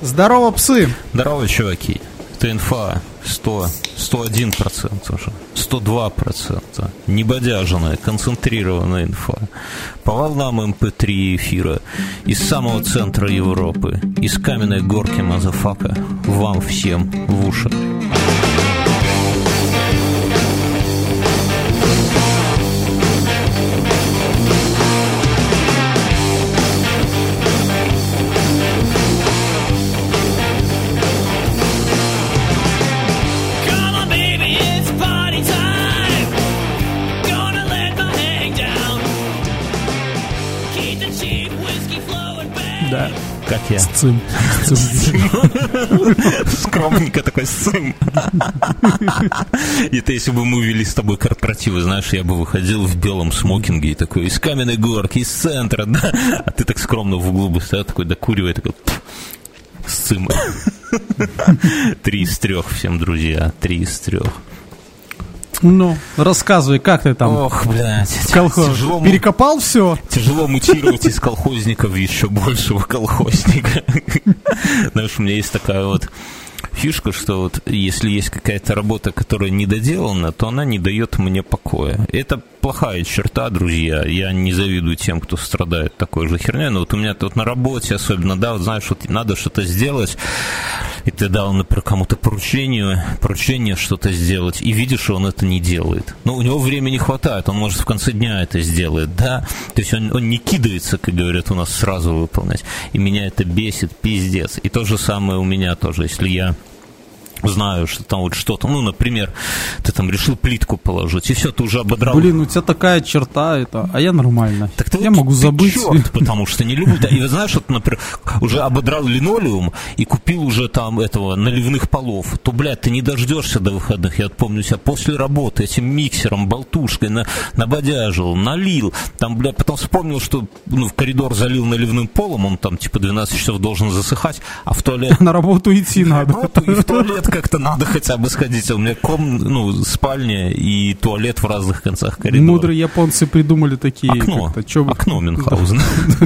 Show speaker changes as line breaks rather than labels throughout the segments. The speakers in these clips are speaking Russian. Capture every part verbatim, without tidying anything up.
Здорово, псы!
Здорово, чуваки. Это инфа сто, сто один процент уже, сто два процента. Небодяженная, концентрированная инфа. По волнам эм пэ три эфира из самого центра Европы, из каменной горки мазафака, вам всем в уши.
Да.
Как я?
Сцим.
Скромненько такой сцим. Это если бы мы вели с тобой корпоративы, знаешь, я бы выходил в белом смокинге и такой, из каменной горки, из центра, да? А ты так скромно в углу бы стоял, такой докуривая, такой, сцим. Три из трех всем, друзья, три из трех.
Ну, рассказывай, как ты там?
Ох, блядь.
Колхоз.
Тяжело,
перекопал все?
Тяжело мутировать из колхозника в еще большего колхозника. Знаешь, у меня есть такая вот фишка, что вот если есть какая-то работа, которая недоделана, то она не дает мне покоя. Это плохая черта, друзья. Я не завидую тем, кто страдает такой же херней. Но вот у меня тут на работе особенно, да, вот знаешь, вот надо что-то сделать, и ты дал, например, кому-то поручение, поручение что-то сделать, и видишь, что он это не делает. Но у него времени хватает, он может в конце дня это сделать, да. То есть он, он не кидается, как говорят у нас, сразу выполнять. И меня это бесит, пиздец. И то же самое у меня тоже, если я знаю, что там вот что-то, ну, например, ты там решил плитку положить, и все, ты уже ободрал.
Блин, у тебя такая черта, это, а я нормально.
Так ты,
я
вот,
могу
ты
забыть.
Черт, потому что не люблю. И знаешь, вот, например, уже ободрал линолеум и купил уже там этого наливных полов, то, блядь, ты не дождешься до выходных. Я помню себя после работы этим миксером, болтушкой на, набодяжил, налил. Там, блядь, потом вспомнил, что ну, в коридор залил наливным полом, он там типа двенадцать часов должен засыхать, а в туалет...
На работу идти надо.
И в туалет как-то надо хотя бы сходить. У меня ком, ну, спальня и туалет в разных концах коридора.
Мудрые японцы придумали такие...
Окно. Окно Мюнхгаузена.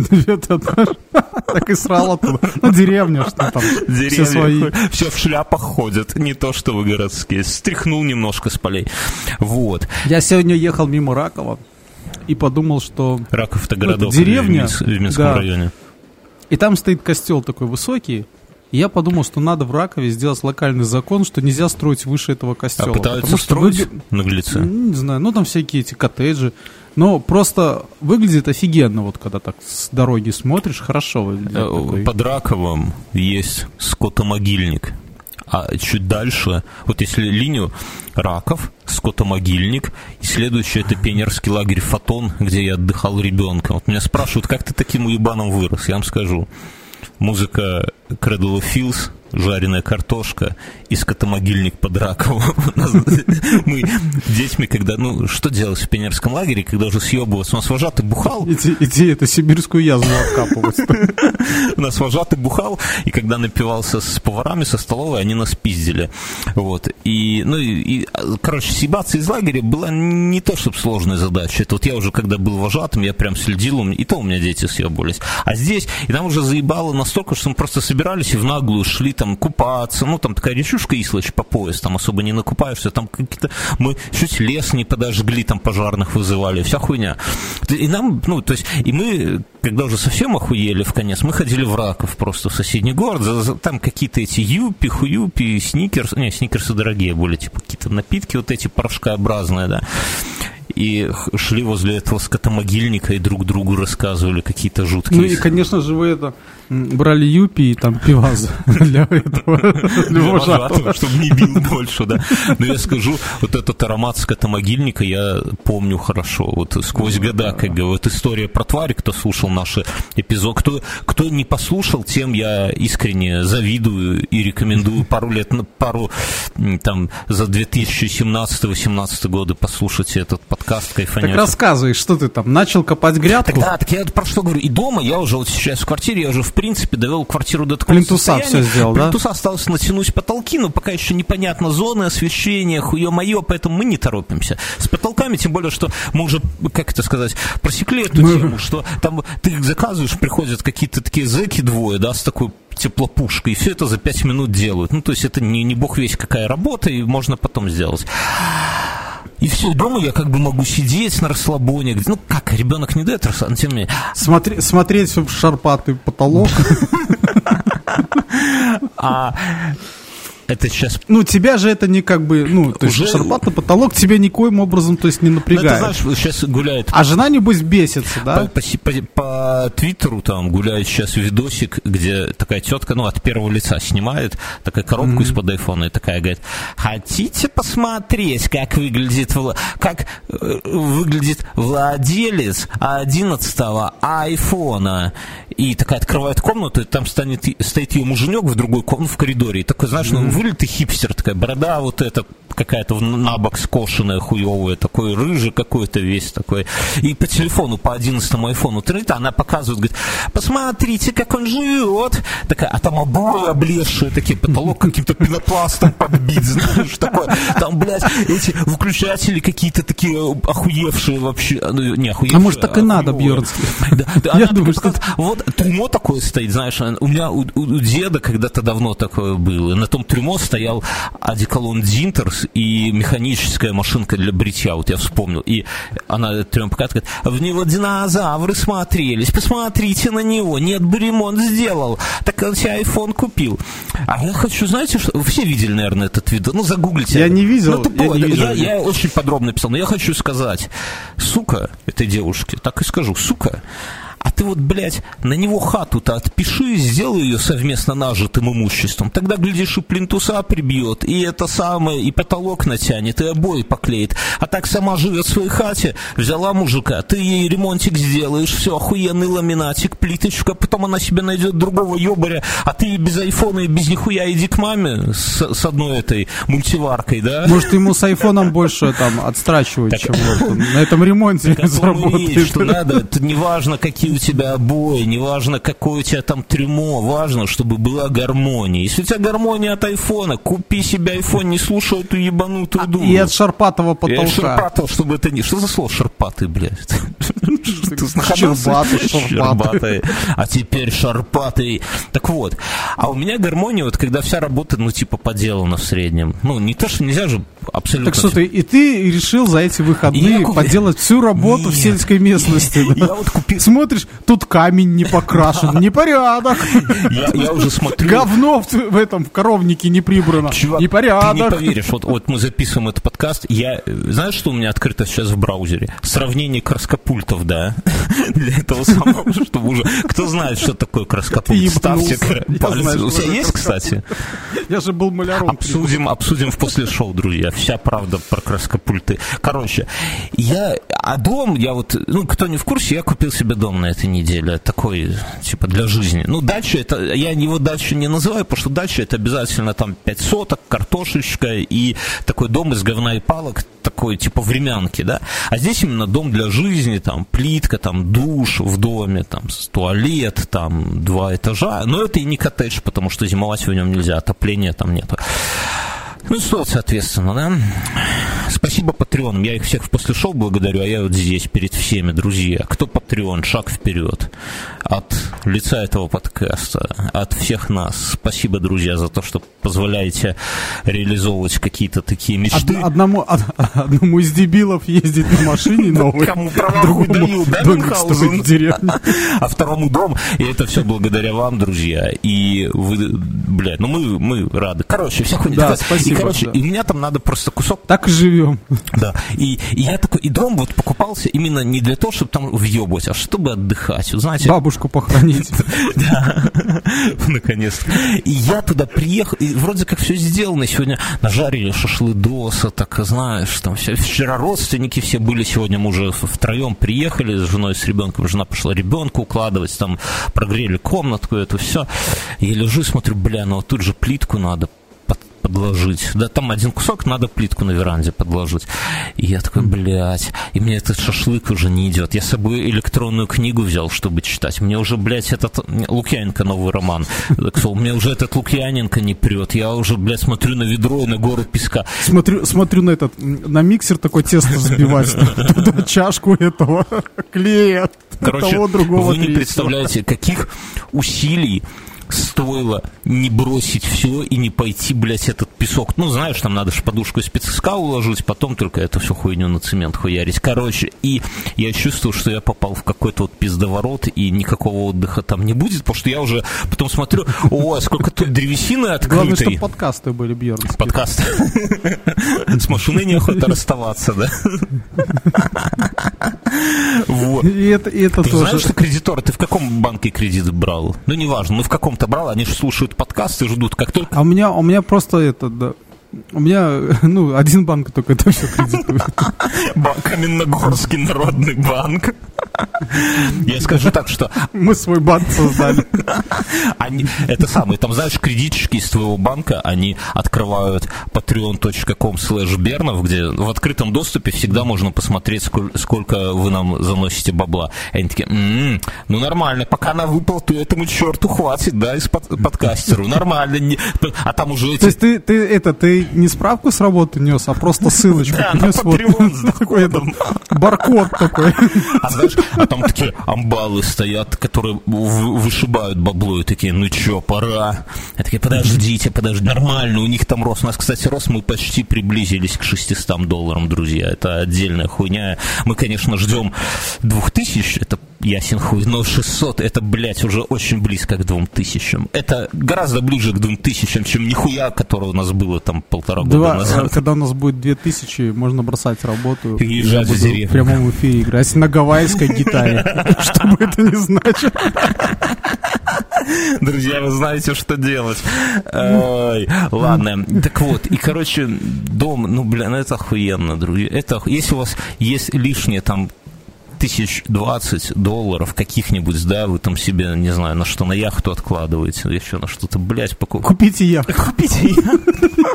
Так и срал оттуда. Ну, деревня, что там. Все свои.
Все в шляпах ходят. Не то, что вы городские. Стряхнул немножко с полей. Вот.
Я сегодня ехал мимо Ракова и подумал, что...
Раков-то городок
деревня
в Минском районе.
И там стоит костел такой высокий. И я подумал, что надо в Ракове сделать локальный закон, что нельзя строить выше этого костела.
А пытаются строить вы... наглецы?
Не знаю, ну там всякие эти коттеджи. Но просто выглядит офигенно, вот когда так с дороги смотришь, хорошо выглядит.
Под Раковом есть скотомогильник. А чуть дальше, вот если линию Раков, скотомогильник, и следующий это пионерский лагерь Фотон, где я отдыхал ребенком. Вот меня спрашивают, как ты таким уебаном вырос? Я вам скажу. Музыка Cradle of Filth, жареная картошка и скотомогильник под Раковым. Мы детьми, когда, ну, что делать в пионерском лагере, когда уже съебываться? У нас вожатый бухал.
Иди, это сибирскую язву откапывать.
У нас вожатый бухал, и когда напивался с поварами со столовой, они нас пиздили. Вот. И, ну, и, короче, съебаться из лагеря была не то, чтобы сложная задача. Это вот я уже, когда был вожатым, я прям следил, и то у меня дети съебывались. А здесь, и там уже заебало настолько, что мы просто собирались и в наглую шли там купаться, ну, там такая речушка Ислач по пояс, там особо не накупаешься, там какие-то, мы чуть лес не подожгли, там пожарных вызывали, вся хуйня. И нам, ну, то есть, и мы, когда уже совсем охуели в конец, мы ходили в Раков просто в соседний город, там какие-то эти юпи, хуюпи, сникерс, не, сникерсы дорогие были, типа какие-то напитки вот эти порошкообразные, да, и шли возле этого скотомогильника и друг другу рассказывали какие-то жуткие...
Ну и, конечно же, вы это брали юпи и там пиваз для этого, для вожатого.
Чтобы не бил больше, да. Но я скажу, вот этот аромат скотомогильника я помню хорошо. Вот сквозь года, как говорят, история про твари, кто слушал наши эпизоды. Кто, кто не послушал, тем я искренне завидую и рекомендую пару лет, пару там за две тысячи семнадцатый — восемнадцатый годы послушайте этот подкаст, кайфанете.
Так рассказывай, что ты там, начал копать грядку?
Так, да, так я про что говорю. И дома я уже вот сейчас в квартире, я уже в принципе довел квартиру до такого
Плинтуса
состояния.
все сделал,
Плинтуса
да?
осталось натянуть потолки, но пока еще непонятно зоны освещения, хуе-мое, поэтому мы не торопимся. С потолками, тем более, что мы уже, как это сказать, просекли эту тему, что там ты их заказываешь, приходят какие-то такие зэки двое, да, с такой теплопушка, и все это за пять минут делают. Ну, то есть это не, не бог весть какая работа, и можно потом сделать. И все, дома я как бы могу сидеть на расслабоне. Ну, как, ребенок не дает расслабон, тем не менее.
Смотри, смотреть в шарпатый потолок.
А это сейчас...
Ну, тебя же это не как бы, ну, то есть шарпатый потолок тебя никоим образом, то есть, не напрягает.
Ну, это, знаешь, сейчас гуляет...
А жена, небось, бесится, да?
По, по, по, по Твиттеру там гуляет сейчас видосик, где такая тетка, ну, от первого лица снимает, такая коробку mm-hmm. из-под айфона, и такая говорит: хотите посмотреть, как выглядит, как э, выглядит владелец одиннадцатого айфона? И такая открывает комнату, и там станет, стоит ее муженек в другой комнате, в коридоре, и такой, знаешь, ну, вылитый хипстер, такая борода вот эта, какая-то набок скошенная, хуевая, такой рыжий какой-то весь такой. И по телефону, по одиннадцатому айфону трет, она показывает, говорит: посмотрите, как он живет. Такая, а там обои облезшие, такие, потолок каким-то пенопластом подбит, знаешь, такое. Там, блядь, эти выключатели какие-то такие охуевшие вообще. Ну, не охуевшие.
А может, так и надо, Бьернский?
Да, да, я думаю, что... Вот трюмо такое стоит, знаешь, у меня, у, у деда когда-то давно такое было. На том трюмо стоял одеколон Динтерс и механическая машинка для бритья, вот я вспомнил. И она трюмо показывает: в него динозавры смотрелись, посмотрите на него, нет бы ремонт сделал, так он себе айфон купил. А я хочу, знаете, что... Все видели, наверное, этот видео, ну загуглите.
Я не видел,
ну, тупо,
я, не видел.
Я, я очень подробно писал, но я хочу сказать: сука этой девушке, так и скажу, сука, а ты вот, блядь, на него хату-то отпиши, сделай ее совместно нажитым имуществом. Тогда, глядишь, и плинтуса прибьет, и это самое, и потолок натянет, и обои поклеит. А так сама живет в своей хате, взяла мужика, ты ей ремонтик сделаешь, все, охуенный ламинатик, плиточка, потом она себе найдет другого ебаря, а ты без айфона и без нихуя иди к маме с, с одной этой мультиваркой, да?
Может, ему с айфоном больше там отстрачивать, так, чем вот, на этом ремонте заработает.
Что надо, это не важно, какие у тебя обои, неважно, какое у тебя там трюмо, важно, чтобы была гармония. Если у тебя гармония от айфона, купи себе айфон, не слушай эту ебанутую
а,
дуру.
И от шарпатого потолка. И от
шарпатого, чтобы это не... Что за слово шарпатый, блядь?
Щербатый, шарпатый.
А теперь шарпатый. Так вот, а у меня гармония, вот когда вся работа, ну, типа, поделана в среднем. Ну, не то, что нельзя же абсолютно...
Так что ты, и ты решил за эти выходные поделать всю работу в сельской местности.
Я вот купил...
Смотришь, тут камень не покрашен, непорядок.
Я, я уже смотрю.
Говно в, в этом в коровнике не прибрано.
Чувак,
непорядок.
Ты не поверишь, вот, вот мы записываем этот подкаст. Я, знаешь, что у меня открыто сейчас в браузере? Сравнение краскопультов, да. Для этого самого, чтобы уже... Кто знает, что такое краскопульт? Ставьте палец. У тебя есть, кстати?
Я же был маляром.
Обсудим, обсудим в после шоу, друзья. Вся правда про краскопульты. Короче, я... А дом, я вот... Ну, кто не в курсе, я купил себе дом на этой неделе. Такой, типа, для жизни. Ну, дача, это... Я его дачу не называю, потому что дача это обязательно там пять соток, картошечка и такой дом из говна и палок, такой, типа, времянки, да? А здесь именно дом для жизни, там, плитка, там, душ в доме, там, туалет, там, два этажа. Но это и не коттедж, потому что зимовать в нем нельзя, отопления там нету. Ну, что, соответственно, да? Спасибо патреонам. Я их всех в после шоу благодарю, а я вот здесь перед всеми, друзья. Кто патреон? Шаг вперед. От лица этого подкаста, от всех нас. Спасибо, друзья, за то, что позволяете реализовывать какие-то такие мечты.
Од- одному, од- одному из дебилов ездить на машине новой.
Кому права дают, да, Мюнхгаузен? А второму дом. И это все благодаря вам, друзья. И вы, блядь, ну мы, мы рады. Короче, вся хуйня.
Да, спасибо.
И, короче, и у меня там надо просто кусок.
Так и живем.
Да. И, и я такой, и дом вот покупался именно не для того, чтобы там въебывать, а чтобы отдыхать. Вот, знаете,
бабушку похоронить.
Да. Наконец-то. И я туда приехал, и вроде как все сделано. Сегодня нажарили шашлыдоса, так знаешь, там все. Вчера родственники все были, сегодня мы уже втроем приехали с женой, с ребенком. Жена пошла ребенка укладывать, там прогрели комнатку, это все. Я лежу и смотрю, бля, ну вот тут же плитку надо подложить. Да, там один кусок, надо плитку на веранде подложить. И я такой, блядь, и мне этот шашлык уже не идет. Я с собой электронную книгу взял, чтобы читать. Мне уже, блядь, этот Лукьяненко новый роман. Так что мне уже этот Лукьяненко не прет. Я уже, блядь, смотрю на ведро и на гору песка.
Смотрю, смотрю на этот, на миксер такое тесто взбивать. Туда чашку этого клея.
Короче, вы не представляете, каких усилий стоило не бросить все и не пойти, блядь, этот песок. Ну, знаешь, там надо же подушку из песка уложить, потом только эту всю хуйню на цемент хуярить. Короче, и я чувствую, что я попал в какой-то вот пиздоворот, и никакого отдыха там не будет, потому что я уже потом смотрю, о, сколько тут древесины открытой.
Главное, чтобы подкасты были, Бьернские.
Подкасты. С машиной неохота расставаться, да? Вот.
И это, и это
ты
тоже.
Знаешь, что кредитор, ты в каком банке кредит брал? Ну, неважно, ну в каком-то брал, они же слушают подкасты и ждут, как только...
А у меня, у меня просто это, да, у меня, ну, один банк только это все кредитует.
Каменногорский народный банк. Я скажу так, что...
Мы свой банк создали.
Они, это самое, там, знаешь, кредитчики из твоего банка, они открывают patreon точка com slash бернов, где в открытом доступе всегда можно посмотреть, сколько, сколько вы нам заносите бабла. И они такие, м-м, ну нормально, пока на выплату этому черту хватит, да, из под, подкастеру, нормально. Не, а там уже эти...
То есть ты, ты, это, ты не справку с работы нес, а просто ссылочку
да,
нес,
на Patreon с доходом.
Баркод такой.
А знаешь, а там такие амбалы стоят, которые вышибают бабло и такие, ну чё, пора. Я такие, подождите, подождите, нормально, у них там рост. У нас, кстати, рост, мы почти приблизились к шестистам долларам, друзья. Это отдельная хуйня. Мы, конечно, ждем двух тысяч, это ясен хуй, но шестьсот, это, блядь, уже очень близко к двум тысячам. Это гораздо ближе к двум тысячам, чем нихуя, которое у нас было там полтора года
Два,
назад.
Когда у нас будет две тысячи, можно бросать работу.
И езжать в деревню.
В прямом эфире играть на гавайской гитаре, что бы это ни значило.
Друзья, вы знаете, что делать. Ой, ладно, так вот, и, короче, дом, ну, блин, это охуенно, друзья. Это, если у вас есть лишнее там тысяч двадцать долларов каких-нибудь, да, вы там себе, не знаю, на что, на яхту откладываете, еще на что-то, блядь, покупайте.
Купите яхту.
Купите яхту.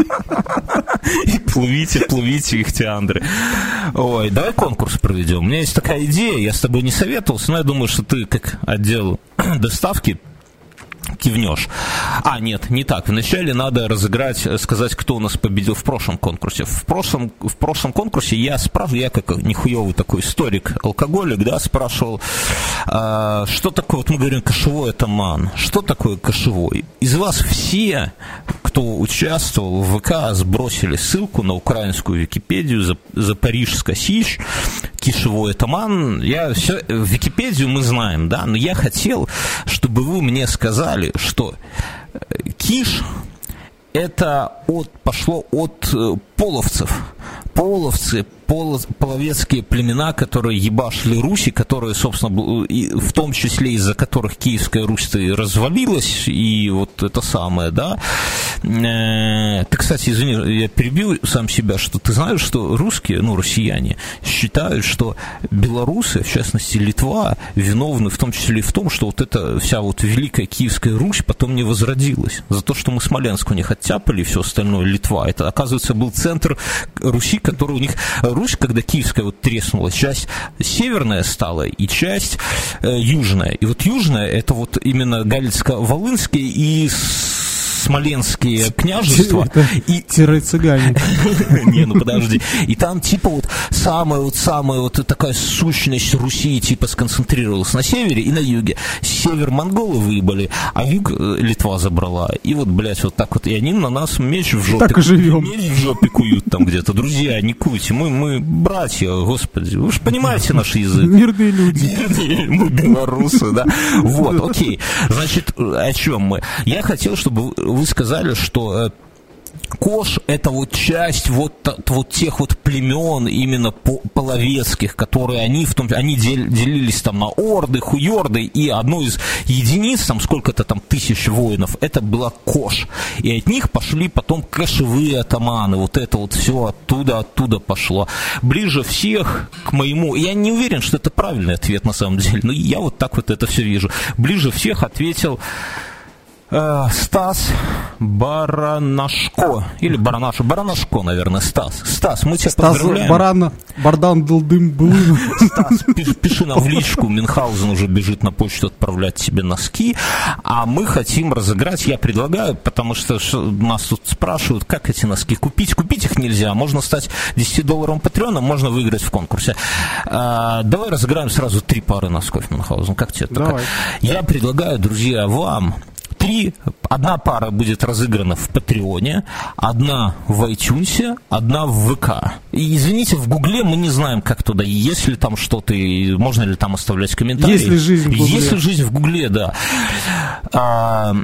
И плывите, плывите, ихтиандры. Ой, давай конкурс проведем. У меня есть такая идея, я с тобой не советовался, но я думаю, что ты, как отдел доставки, кивнешь. А, нет, не так. Вначале надо разыграть, сказать, кто у нас победил в прошлом конкурсе. В прошлом, в прошлом конкурсе я спрашивал, я как нихуевый такой историк, алкоголик, да, спрашивал, а, что такое, вот мы говорим, кошевой атаман. Что такое кошевой? Из вас все, кто участвовал в ВК, сбросили ссылку на украинскую Википедию «Запорижская Сич», кишевой атаман. Я все, в Википедию мы знаем, да, но я хотел, чтобы вы мне сказали, что киш это от, пошло от половцев. Половцы, поло, половецкие племена, которые ебашили Руси, которые, собственно, и в том числе из-за которых Киевская Русь-то и развалилась, и вот это самое, да. Ты, кстати, извини, я перебил сам себя, что ты знаешь, что русские, ну, россияне, считают, что белорусы, в частности, Литва, виновны в том числе и в том, что вот эта вся вот Великая Киевская Русь потом не возродилась. За то, что мы Смоленск у них оттяпали, и все остальное Литва. Это, оказывается, был центр Руси, который у них... Русь, когда Киевская вот треснула, часть северная стала и часть э, южная. И вот южная, это вот именно Галицко-Волынские и Смоленские княжества. И
тире-цыгане.
Не, ну подожди. И там типа вот самая вот самая вот такая сущность Руси типа сконцентрировалась на севере и на юге. Север монголы выебали, а юг Литва забрала. И вот, блядь, вот так вот. И они на нас меч в жопе.
Так и живем.
Меч в жопе куют там где-то. Друзья, не куйте. Мы, мы братья, господи. Вы же понимаете наш язык.
Мирные люди.
Мирные, мы белорусы, да. Вот, окей. Значит, о чем мы? Я хотел, чтобы вы сказали, что Кош – это вот часть вот, вот тех вот племен именно половецких, которые они, в том, они делились там на орды, хуёрды, и одной из единиц, там сколько-то там тысяч воинов, это была Кош. И от них пошли потом кошевые атаманы, вот это вот все оттуда, оттуда пошло. Ближе всех к моему, я не уверен, что это правильный ответ на самом деле, но я вот так вот это все вижу. Ближе всех ответил Стас Баранашко. Или Баранашко. Баранашко, наверное, Стас. Стас, мы тебя
Стас
поздравляем.
Барана, Бардан Дылдым был.
Стас, пиши, пиши нам в личку. Мюнхгаузен уже бежит на почту отправлять тебе носки. А мы хотим разыграть. Я предлагаю, потому что нас тут спрашивают, как эти носки купить. Купить их нельзя. Можно стать десятидолларовым патреоном, можно выиграть в конкурсе. А, давай разыграем сразу три пары носков, Мюнхгаузен. Как тебе такое? Я предлагаю, друзья, вам три, одна пара будет разыграна в Патреоне, одна в iTunes, одна в ВК. И, извините, в Гугле мы не знаем, как туда, есть ли там что-то, можно ли там оставлять комментарии.
Есть ли жизнь в Гугле?
Есть ли жизнь в Гугле, да. А,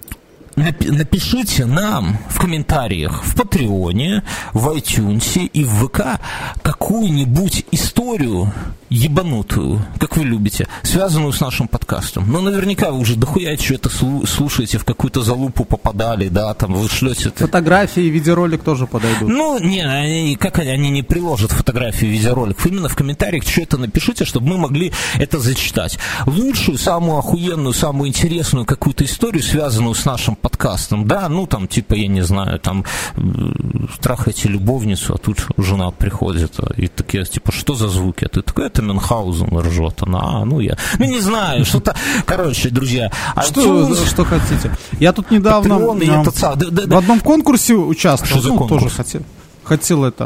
напишите нам в комментариях в Патреоне, в iTunes и в ВК какую-нибудь историю ебанутую, как вы любите, связанную с нашим подкастом. Но наверняка вы уже дохуя что-то слушаете, в какую-то залупу попадали, да, там вы шлете...
Фотографии и видеоролик тоже подойдут.
Ну, не, они, как они, они не приложат фотографии и видеоролик. Именно в комментариях что-то напишите, чтобы мы могли это зачитать. Лучшую, самую охуенную, самую интересную какую-то историю, связанную с нашим подкастом, да, ну, там, типа, я не знаю, там, трахайте любовницу, а тут жена приходит, и такие, типа, что за звуки? А ты такой, это Мюнхгаузен ржет, она, а, ну, я, ну, не знаю, что-то, короче, друзья.
Что, что хотите? Я тут недавно
Патреон,
а,
этот, да, да,
в одном конкурсе участвовал,
что за
ну,
конкурс?
тоже хотел, хотел это...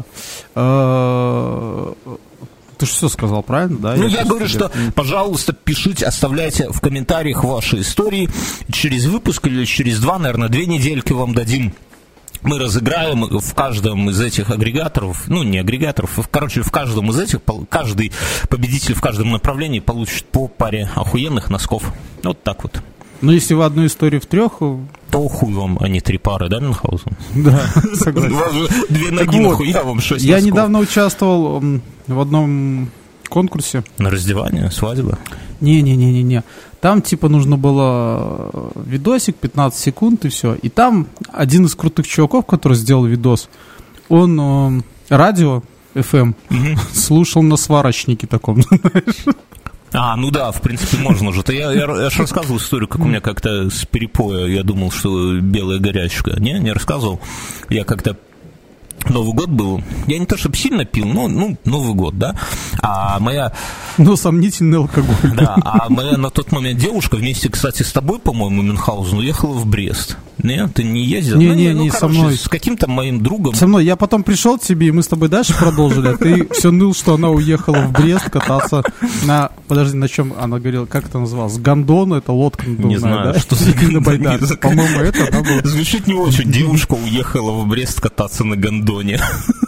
Э- Ты же все сказал, правильно, да?
Ну, я,
я
говорю, что, пожалуйста, пишите, оставляйте в комментариях ваши истории. Через выпуск или через два, наверное, две недельки вам дадим. Мы разыграем в каждом из этих агрегаторов, ну, не агрегаторов, короче, в каждом из этих, каждый победитель в каждом направлении получит по паре охуенных носков. Вот так вот.
Ну, если в одну историю в трех...
То хуй вам, а не три пары, да, Мюнхгаузен?
Да, согласен.
Две ноги, нахуя вам шесть носков.
Я недавно участвовал в одном конкурсе.
На раздевание, свадьба?
Не-не-не-не-не. Там, типа, нужно было видосик, пятнадцать секунд и все. И там один из крутых чуваков, который сделал видос, он э, радио эф эм угу. слушал на сварочнике таком, знаешь.
А, ну да, в принципе, можно же. Я, я, я же рассказывал историю, как у меня как-то с перепоя, я думал, что белая горячка. Не, не рассказывал. Я как-то... Новый год был. Я не то чтобы сильно пил, но ну, Новый год, да. А моя...
Ну, сомнительный алкоголь.
Да, а моя на тот момент девушка вместе, кстати, с тобой, по-моему, Мюнхгаузен, уехала в Брест. Не, ты не ездил?
Не,
ну,
не,
ну,
не,
короче,
со мной.
С каким-то моим другом.
Со мной. Я потом пришел к тебе, и мы с тобой дальше продолжили, а ты все ныл, что она уехала в Брест кататься на... Подожди, на чем она говорила? Как это называлось? Гондон, это лодка надувная,
не знаю,
да?
Что
на Байдарке. По-моему, это она была.
Звучит не очень. Девушка уехала в Брест кататься на гондоне.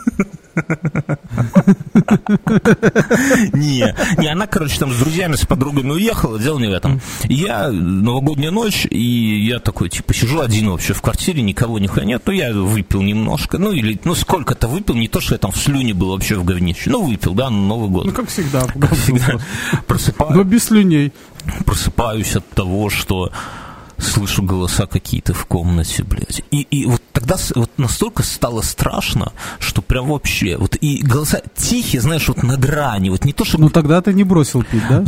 Не, не, она, короче, там с друзьями, с подругами уехала, дело не в этом. Я, новогодняя ночь, и я такой, типа, сижу один вообще в квартире, никого нихуя нет, ну, я выпил немножко, ну, или, ну, сколько-то выпил, не то, что я там в слюне был вообще в говнище, ну, выпил, да, на Новый год.
Ну, как всегда.
Как всегда. Просыпаюсь.
Но без слюней.
Просыпаюсь от того, что слышу голоса какие-то в комнате, блядь. И, и вот тогда вот настолько стало страшно, что прям вообще... Вот и голоса тихие, знаешь, вот на грани. Вот не то, чтобы...
Ну тогда ты не бросил пить, да?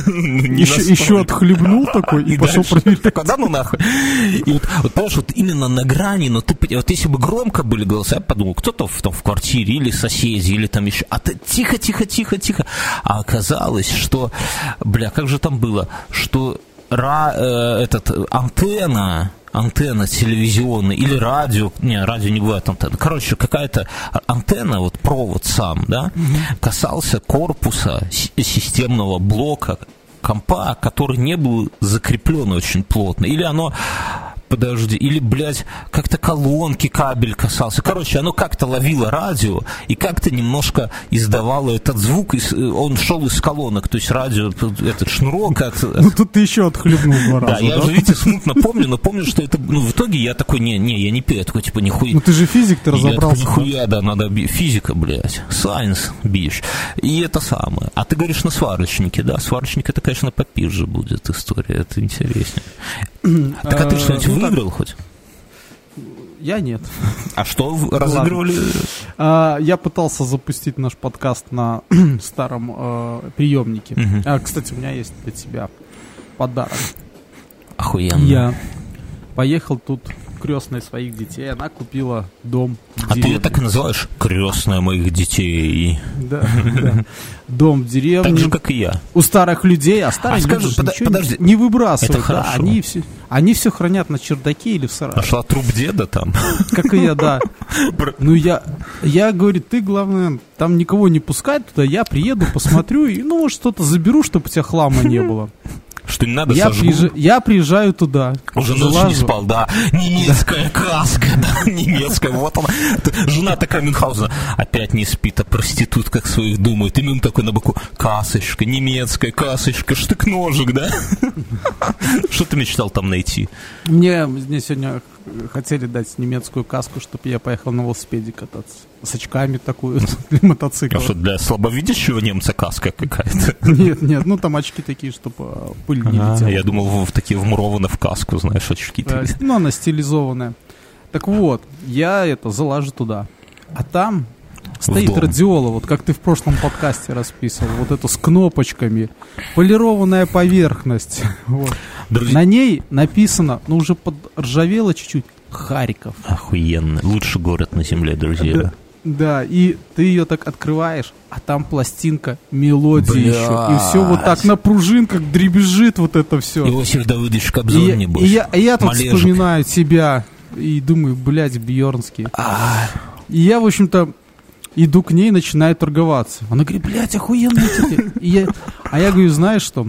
Еще отхлебнул такой и пошел проверять.
Да ну нахуй. И вот, понимаешь, вот именно на грани, но ты... Вот если бы громко были голоса, я подумал, кто-то в квартире или соседи, или там еще... А тихо, тихо, тихо, тихо. А оказалось, что... Бля, как же там было? Что... Ра, э, этот, антенна, антенна телевизионная или радио, не, радио не бывает антенна, короче, какая-то антенна, вот провод сам, да, mm-hmm. касался корпуса с- системного блока компа, который не был закреплен очень плотно, или оно... Подожди, или, блядь, как-то колонки, кабель касался. Короче, оно как-то ловило радио и как-то немножко издавало этот звук. Он шел из колонок, то есть радио, этот шнурок. От...
Ну, тут ты еще отхлебнул два раза,
да? я уже, видите, смутно помню, но помню, что это... Ну, в итоге я такой, не, не, я не пью, я такой, типа, нихуя...
Ну, ты же физик, ты разобрался.
Я такой, нихуя, да, надо... Физика, блядь, science, бич. И это самое. А ты говоришь на сварочнике, да? Сварочник, это, конечно, попизже будет история, это интереснее. Так, а ты что-нибудь выиграл хоть?
Я нет.
А что разыгрывали?
А, я пытался запустить наш подкаст на старом э, приемнике. Uh-huh. А, кстати, у меня есть для тебя подарок.
Охуенно.
Я поехал тут крестной своих детей. Она купила дом в
А
деревне.
ты так и называешь крестная моих детей?
Да, да. Дом в деревне.
Так же, как и я.
У старых людей, а старые
а
люди
скажи, под,
ничего
подожди.
не выбрасывают.
Это хорошо.
Да, они, все, они все хранят на чердаке или в сарае.
Нашла труп деда там?
Как и я, да. Ну, я, я говорю, ты, главное, там никого не пускай туда, я приеду, посмотрю, и, ну, может, что-то заберу, чтобы у тебя хлама не было.
Что не надо
я,
сожгу.
приезжаю, я приезжаю туда.
Уже ночью не спал, да. Немецкая каска, да, немецкая. Вот она. Жена такая Мюнхгаузена. Опять не спит, а проститутках своих думает. И Мюн такой на боку. Касочка, немецкая касочка, штык-ножик, да? Что ты мечтал там найти?
Мне, мне сегодня хотели дать немецкую каску, чтобы я поехал на велосипеде кататься. С очками такую для мотоцикла.
А что, для слабовидящего немца каска какая-то?
Нет, нет, ну там очки такие, чтобы пыль не летела.
Я думал, в такие вмурованы в каску, знаешь, очки.
Ну, она стилизованная. Так вот, я это залажу туда. А там стоит радиола, вот как ты в прошлом подкасте расписывал, вот это с кнопочками, полированная поверхность. Вот. На ней написано, ну уже подржавело чуть-чуть, Харьков.
Охуенно. Лучший город на земле, друзья.
Да, да, и ты ее так открываешь, а там пластинка, мелодия еще. И все вот так на пружинках дребезжит вот это все.
Иосиф Давыдович Кобзон,
и,
небось.
И я, и я тут
Малежик.
вспоминаю тебя и думаю, блядь, Бьернский.
А.
И я, в общем-то, иду к ней, начинаю торговаться. Она говорит, блядь, охуенные эти. И я, а я говорю, знаешь что?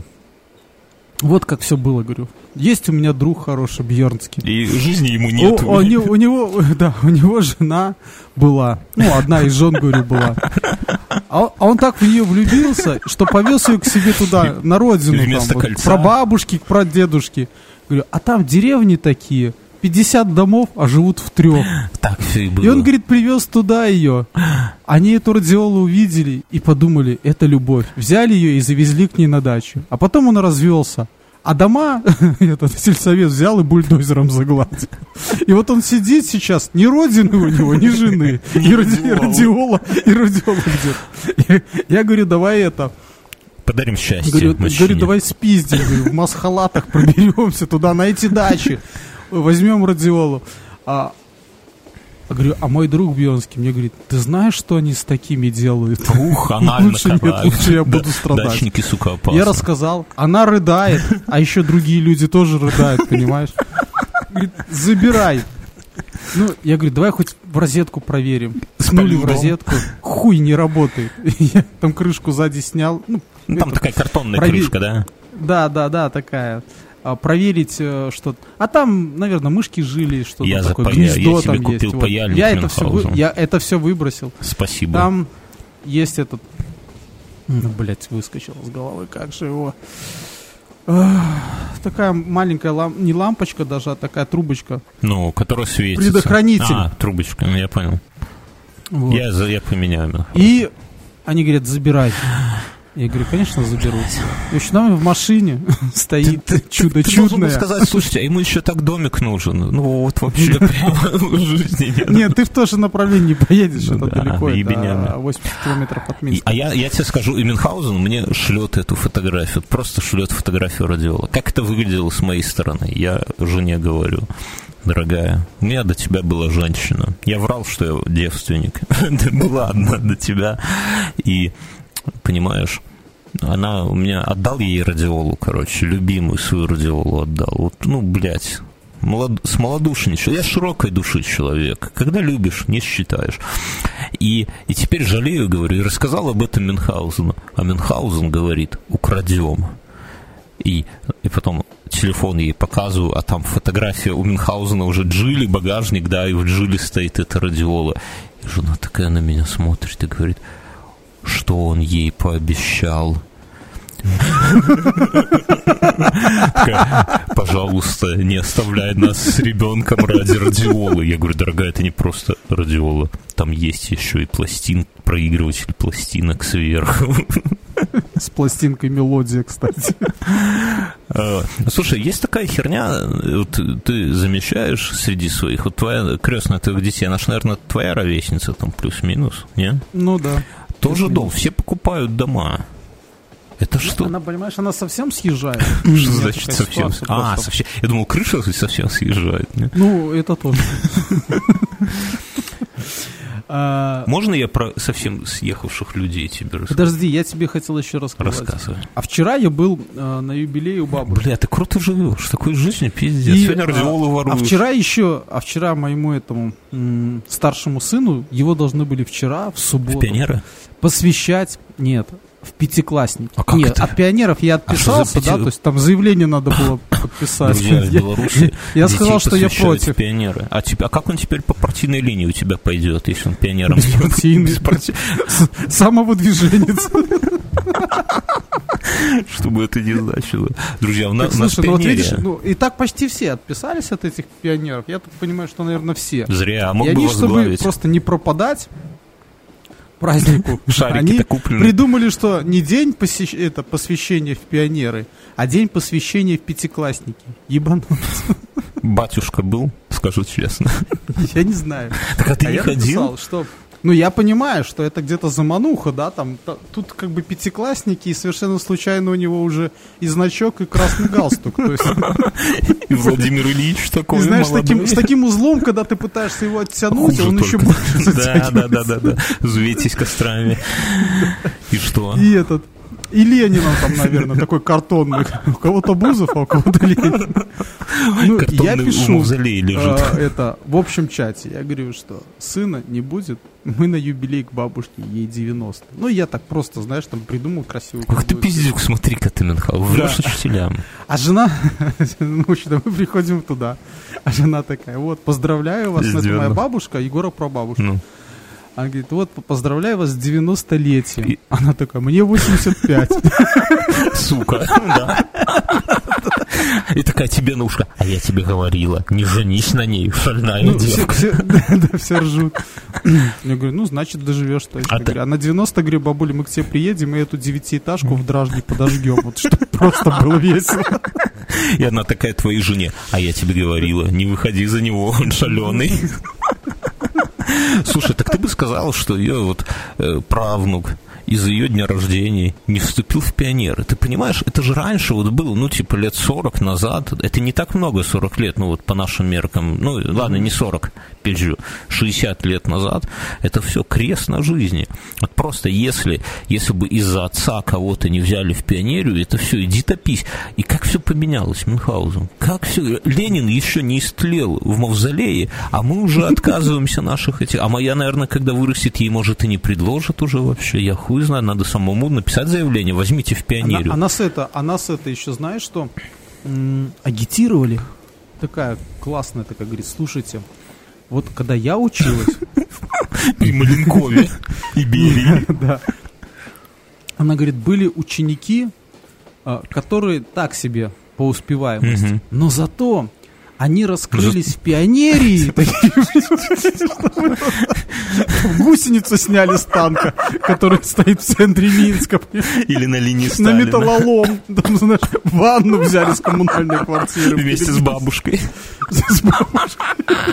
Вот как все было, говорю. Есть у меня друг хороший, Бьернский.
И жизни ему нет.
У, у, него, у него, да, у него жена была. Ну, одна из жен, говорю, была. А, а он так в нее влюбился, что повез ее к себе туда, на родину. Там, вот, к прабабушке, к прадедушке. Говорю, а там деревни такие, пятьдесят домов, а живут в трех.
Так все и было.
И он, говорит, привез туда ее. Они эту радиолу увидели и подумали, это любовь. Взяли ее и завезли к ней на дачу. А потом он развелся. А дома этот сельсовет взял и бульдозером загладил. И вот он сидит сейчас, ни родины у него, ни жены. И радиола, и радиола где-то. Я говорю, давай это...
Подарим счастье
говорю,
мужчине.
говорю, давай спиздим, говорю, в масхалатах проберемся туда, на эти дачи. Возьмем радиолу. А, а говорю, а мой друг Бьернский мне говорит, ты знаешь, что они с такими делают?
Ух, анально.
Лучше нет, лучше я буду страдать.
Дачники, сука, опасны.
Я рассказал, она рыдает, а еще другие люди тоже рыдают, понимаешь? Говорит, забирай. Ну, я говорю, давай хоть в розетку проверим. Снули в розетку, хуй не работает. Я там крышку сзади снял. Ну,
ну там такая картонная провер... крышка, да?
Да, да, да, такая. А, проверить э, что-то. А там, наверное, мышки жили, что-то
я
такое,
запая...
гнездо
я
там
тебе
есть.
купил
Вот. Я, это все вы... я это все выбросил.
Спасибо.
Там есть этот... Ну, блядь, выскочил с головы, как же его... Такая маленькая, лам... не лампочка даже, а такая трубочка.
Ну, которая светится.
Предохранитель.
А, трубочка, ну я понял. Вот. Я, я поменяю.
И они говорят, забирай. Я говорю, конечно, заберу. И еще там в машине стоит ты, чудо ты, чудное. Ты должен
сказать, слушайте, а ему еще так домик нужен. Ну вот вообще прямо в жизни нет.
Нет, ты в то же направление не поедешь, это далеко, это восемьдесят километров от Минска.
А я, я тебе скажу, и Мюнхгаузен мне шлет эту фотографию, просто шлет фотографию радиола. Как это выглядело с моей стороны? Я жене говорю, дорогая, у меня до тебя была женщина. Я врал, что я девственник. Была одна до тебя. И... Понимаешь, она у меня отдал ей радиолу, короче, любимую свою радиолу отдал. Вот, ну, блядь, молод... смолодушничал. Я широкой души человек. Когда любишь, не считаешь. И, и теперь жалею, говорю, и рассказал об этом Мюнхгаузену. А Мюнхгаузен говорит, украдем. И, и потом телефон ей показываю, а там фотография у Мюнхгаузена уже Джили, багажник, да, и в Джили стоит эта радиола. И жена такая на меня смотрит и говорит... Что он ей пообещал? Пожалуйста, не оставляй нас с ребенком ради радиолы. Я говорю, дорогая, это не просто радиола. Там есть еще и пластин, проигрыватель пластинок сверху.
С пластинкой мелодия, кстати.
Слушай, есть такая херня, вот ты замечаешь среди своих, вот твоя крестная твоих детей, она же, наверное, твоя ровесница, там плюс-минус, не?
Ну да.
Тоже дом, все покупают дома. Это что?
Она, понимаешь, она совсем съезжает.
Что значит совсем? А, совсем. Я думал, крыша совсем съезжает.
Ну, это тоже.
Можно я про совсем съехавших людей тебе расскажу?
Подожди, я тебе хотел еще рассказать.
Рассказывай.
А вчера я был э, на юбилее у бабушки.
Бля, ты круто живешь, такой жизнью пиздец.
И,
сегодня радиолу воруешь.
А вчера еще, а вчера моему этому м, старшему сыну, его должны были вчера, в субботу,
в пионеры?
посвящать, нет, в пятиклассники.
А как
Нет,
это?
от пионеров я отписался,
А
да, то есть там заявление надо было подписать.
Друзья, в Беларуси
Я сказал, что я против.
Пионеры. А, тебя, а как он теперь по партийной линии у тебя пойдет, если он пионером?
Беспартийный. Самовыдвиженец.
Чтобы это не значило. Друзья, у нас,
так,
у нас
слушай, ну вот
пионерия.
видишь, ну, и так почти все отписались от этих пионеров. Я так понимаю, что, наверное, все.
Зря, а мог
и
бы
они,
возглавить.
чтобы просто не пропадать празднику,
Шарики-то
они
куплены.
придумали, что не день посещ... это посвящения в пионеры, а день посвящения в пятиклассники. Ебанутся.
Батюшка был, скажу честно.
Я не знаю.
Так а ты
а
не
я
ходил?
Написал, что... Ну, я понимаю, что это где-то замануха, да, там, та, тут как бы пятиклассники, и совершенно случайно у него уже и значок, и красный галстук. То есть...
И Владимир Ильич такой
и, знаешь,
молодой.
таким, с таким узлом, когда ты пытаешься его оттянуть,
Хуже
он
только.
еще больше затягивается.
Да, да, да, да, да. Зветесь кострами. И что?
И этот... И Ленина там, наверное, такой картонный. У кого-то Бузов, а у кого-то Ленин. Ну, я пишу э, это в общем чате. Я говорю, что сына не будет. Мы на юбилей к бабушке, ей девяносто. Ну, я так просто, знаешь, там придумал красивую.
Ах ты пиздюк, смотри-ка ты, Мюнхгаузен, врешь учителям.
А жена, ну, что мы приходим туда. А жена такая, вот, поздравляю вас, это моя бабушка, Егора прабабушка. Ну. Она говорит, вот, поздравляю вас с девяностолетием. И... Она такая, мне восемьдесят пять.
Сука, да. И такая тебе на ушко, а я тебе говорила, не женись на ней, шальная
ну,
девка.
Все, все, да, да, все ржут. Я говорю, ну, значит, доживешь точно. А, говорю, а на девяносто, говорю, бабуля, мы к тебе приедем и эту девятиэтажку в Дражне подожгем. Вот чтобы просто было весело.
И она такая твоей жене, а я тебе говорила, не выходи за него, он шаленый. Слушай, так ты бы сказал, что ее вот э, правнук из-за ее дня рождения не вступил в пионеры. Ты понимаешь, это же раньше вот было, ну, типа, лет сорок назад. Это не так много, сорок лет, ну, вот по нашим меркам. Ну, ладно, не сорок, пизжу, шестьдесят лет назад. Это все крест на жизни. Вот просто если, если бы из-за отца кого-то не взяли в пионерию, это все, иди топись. И как все поменялось, Мюнхгаузен? Как все? Ленин еще не истлел в мавзолее, а мы уже отказываемся наших этих... А моя, наверное, когда вырастет, ей, может, и не предложат уже вообще. Я хуй знаю, надо самому написать заявление, возьмите в пионерию.
А, а нас это, а нас это еще, знаешь, что м- агитировали. Такая классная, такая, говорит, слушайте, вот когда я училась...
При Маленкове и Берии.
Да. Она говорит, были ученики, которые так себе по успеваемости, но зато... Они раскрылись в пионерии. Гусеницу сняли с танка, который стоит в центре Минска.
Или на линии Сталина.
На металлолом. Там, знаешь, ванну взяли с коммунальной квартиры.
Вместе с бабушкой.
С бабушкой.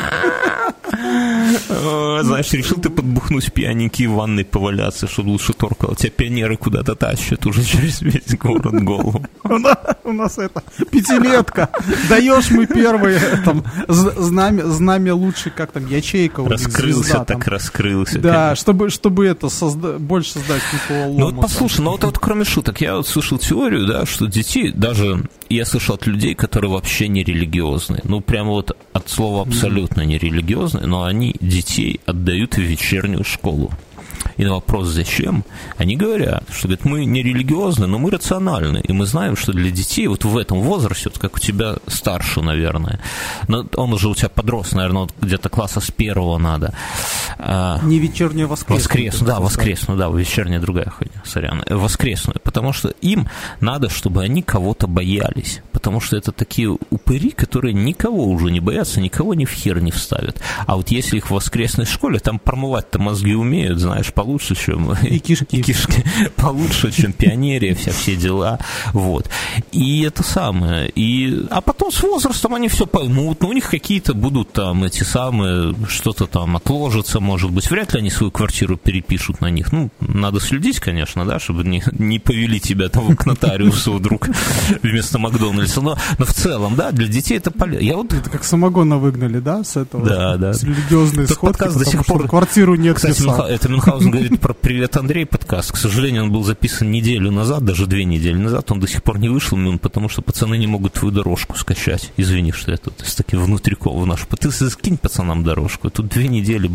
Знаешь, решил ты подбухнуть пьяненький в ванной поваляться, чтобы лучше торкало. Тебя пионеры куда-то тащат уже через весь город голову.
У нас это пятилетка. Даешь мы первые там знамя, знамя лучше, как там ячейка.
Раскрылся,
звезда,
так
там.
раскрылся.
Да, чтобы, чтобы это созда- больше создать металлолома.
Ну вот послушай, ну вот, вот кроме шуток, я вот слышал теорию, да, что детей, даже я слышал от людей, которые вообще не религиозные, ну прямо вот от слова абсолютно не религиозные, но они детей отдают в вечернюю школу. И на вопрос «зачем?» они говорят, что говорят, мы не религиозны, но мы рациональны, и мы знаем, что для детей вот в этом возрасте, вот как у тебя старше, наверное, но он уже у тебя подрос, наверное, вот где-то класса с первого надо.
Не вечернее, воскресное.
Воскресную, да, воскресную, да, вечерняя другая хуйня, сорян, воскресную, потому что им надо, чтобы они кого-то боялись, потому что это такие упыри, которые никого уже не боятся, никого ни в хер не вставят. А вот если их в воскресной школе, там промывать-то мозги умеют, знаешь, получше, чем...
И кишки.
И кишки получше, чем пионерия, вся, все дела, вот. И это самое. И... А потом с возрастом они все поймут, ну, у них какие-то будут там эти самые, что-то там отложится, может быть, вряд ли они свою квартиру перепишут на них. Ну, надо следить, конечно, да, чтобы не, не повели тебя там к нотариусу вдруг вместо Макдональдса, но, но в целом, да, для детей это полезно. Я вот...
Это как самогона выгнали, да, с этого?
Да, да.
С религиозной сходки,
до сих пор...
квартиру нет.
Кстати, Мюнхгаузен, это Мюнхгаузен говорит про «Привет, Андрей» подкаст. К сожалению, он был записан неделю назад, даже две недели назад. Он до сих пор не вышел, Мюн, потому что пацаны не могут твою дорожку скачать. Извини, что я тут с таким внутриком в нашу... Ты скинь пацанам дорожку. Тут две недели, блядь, ну не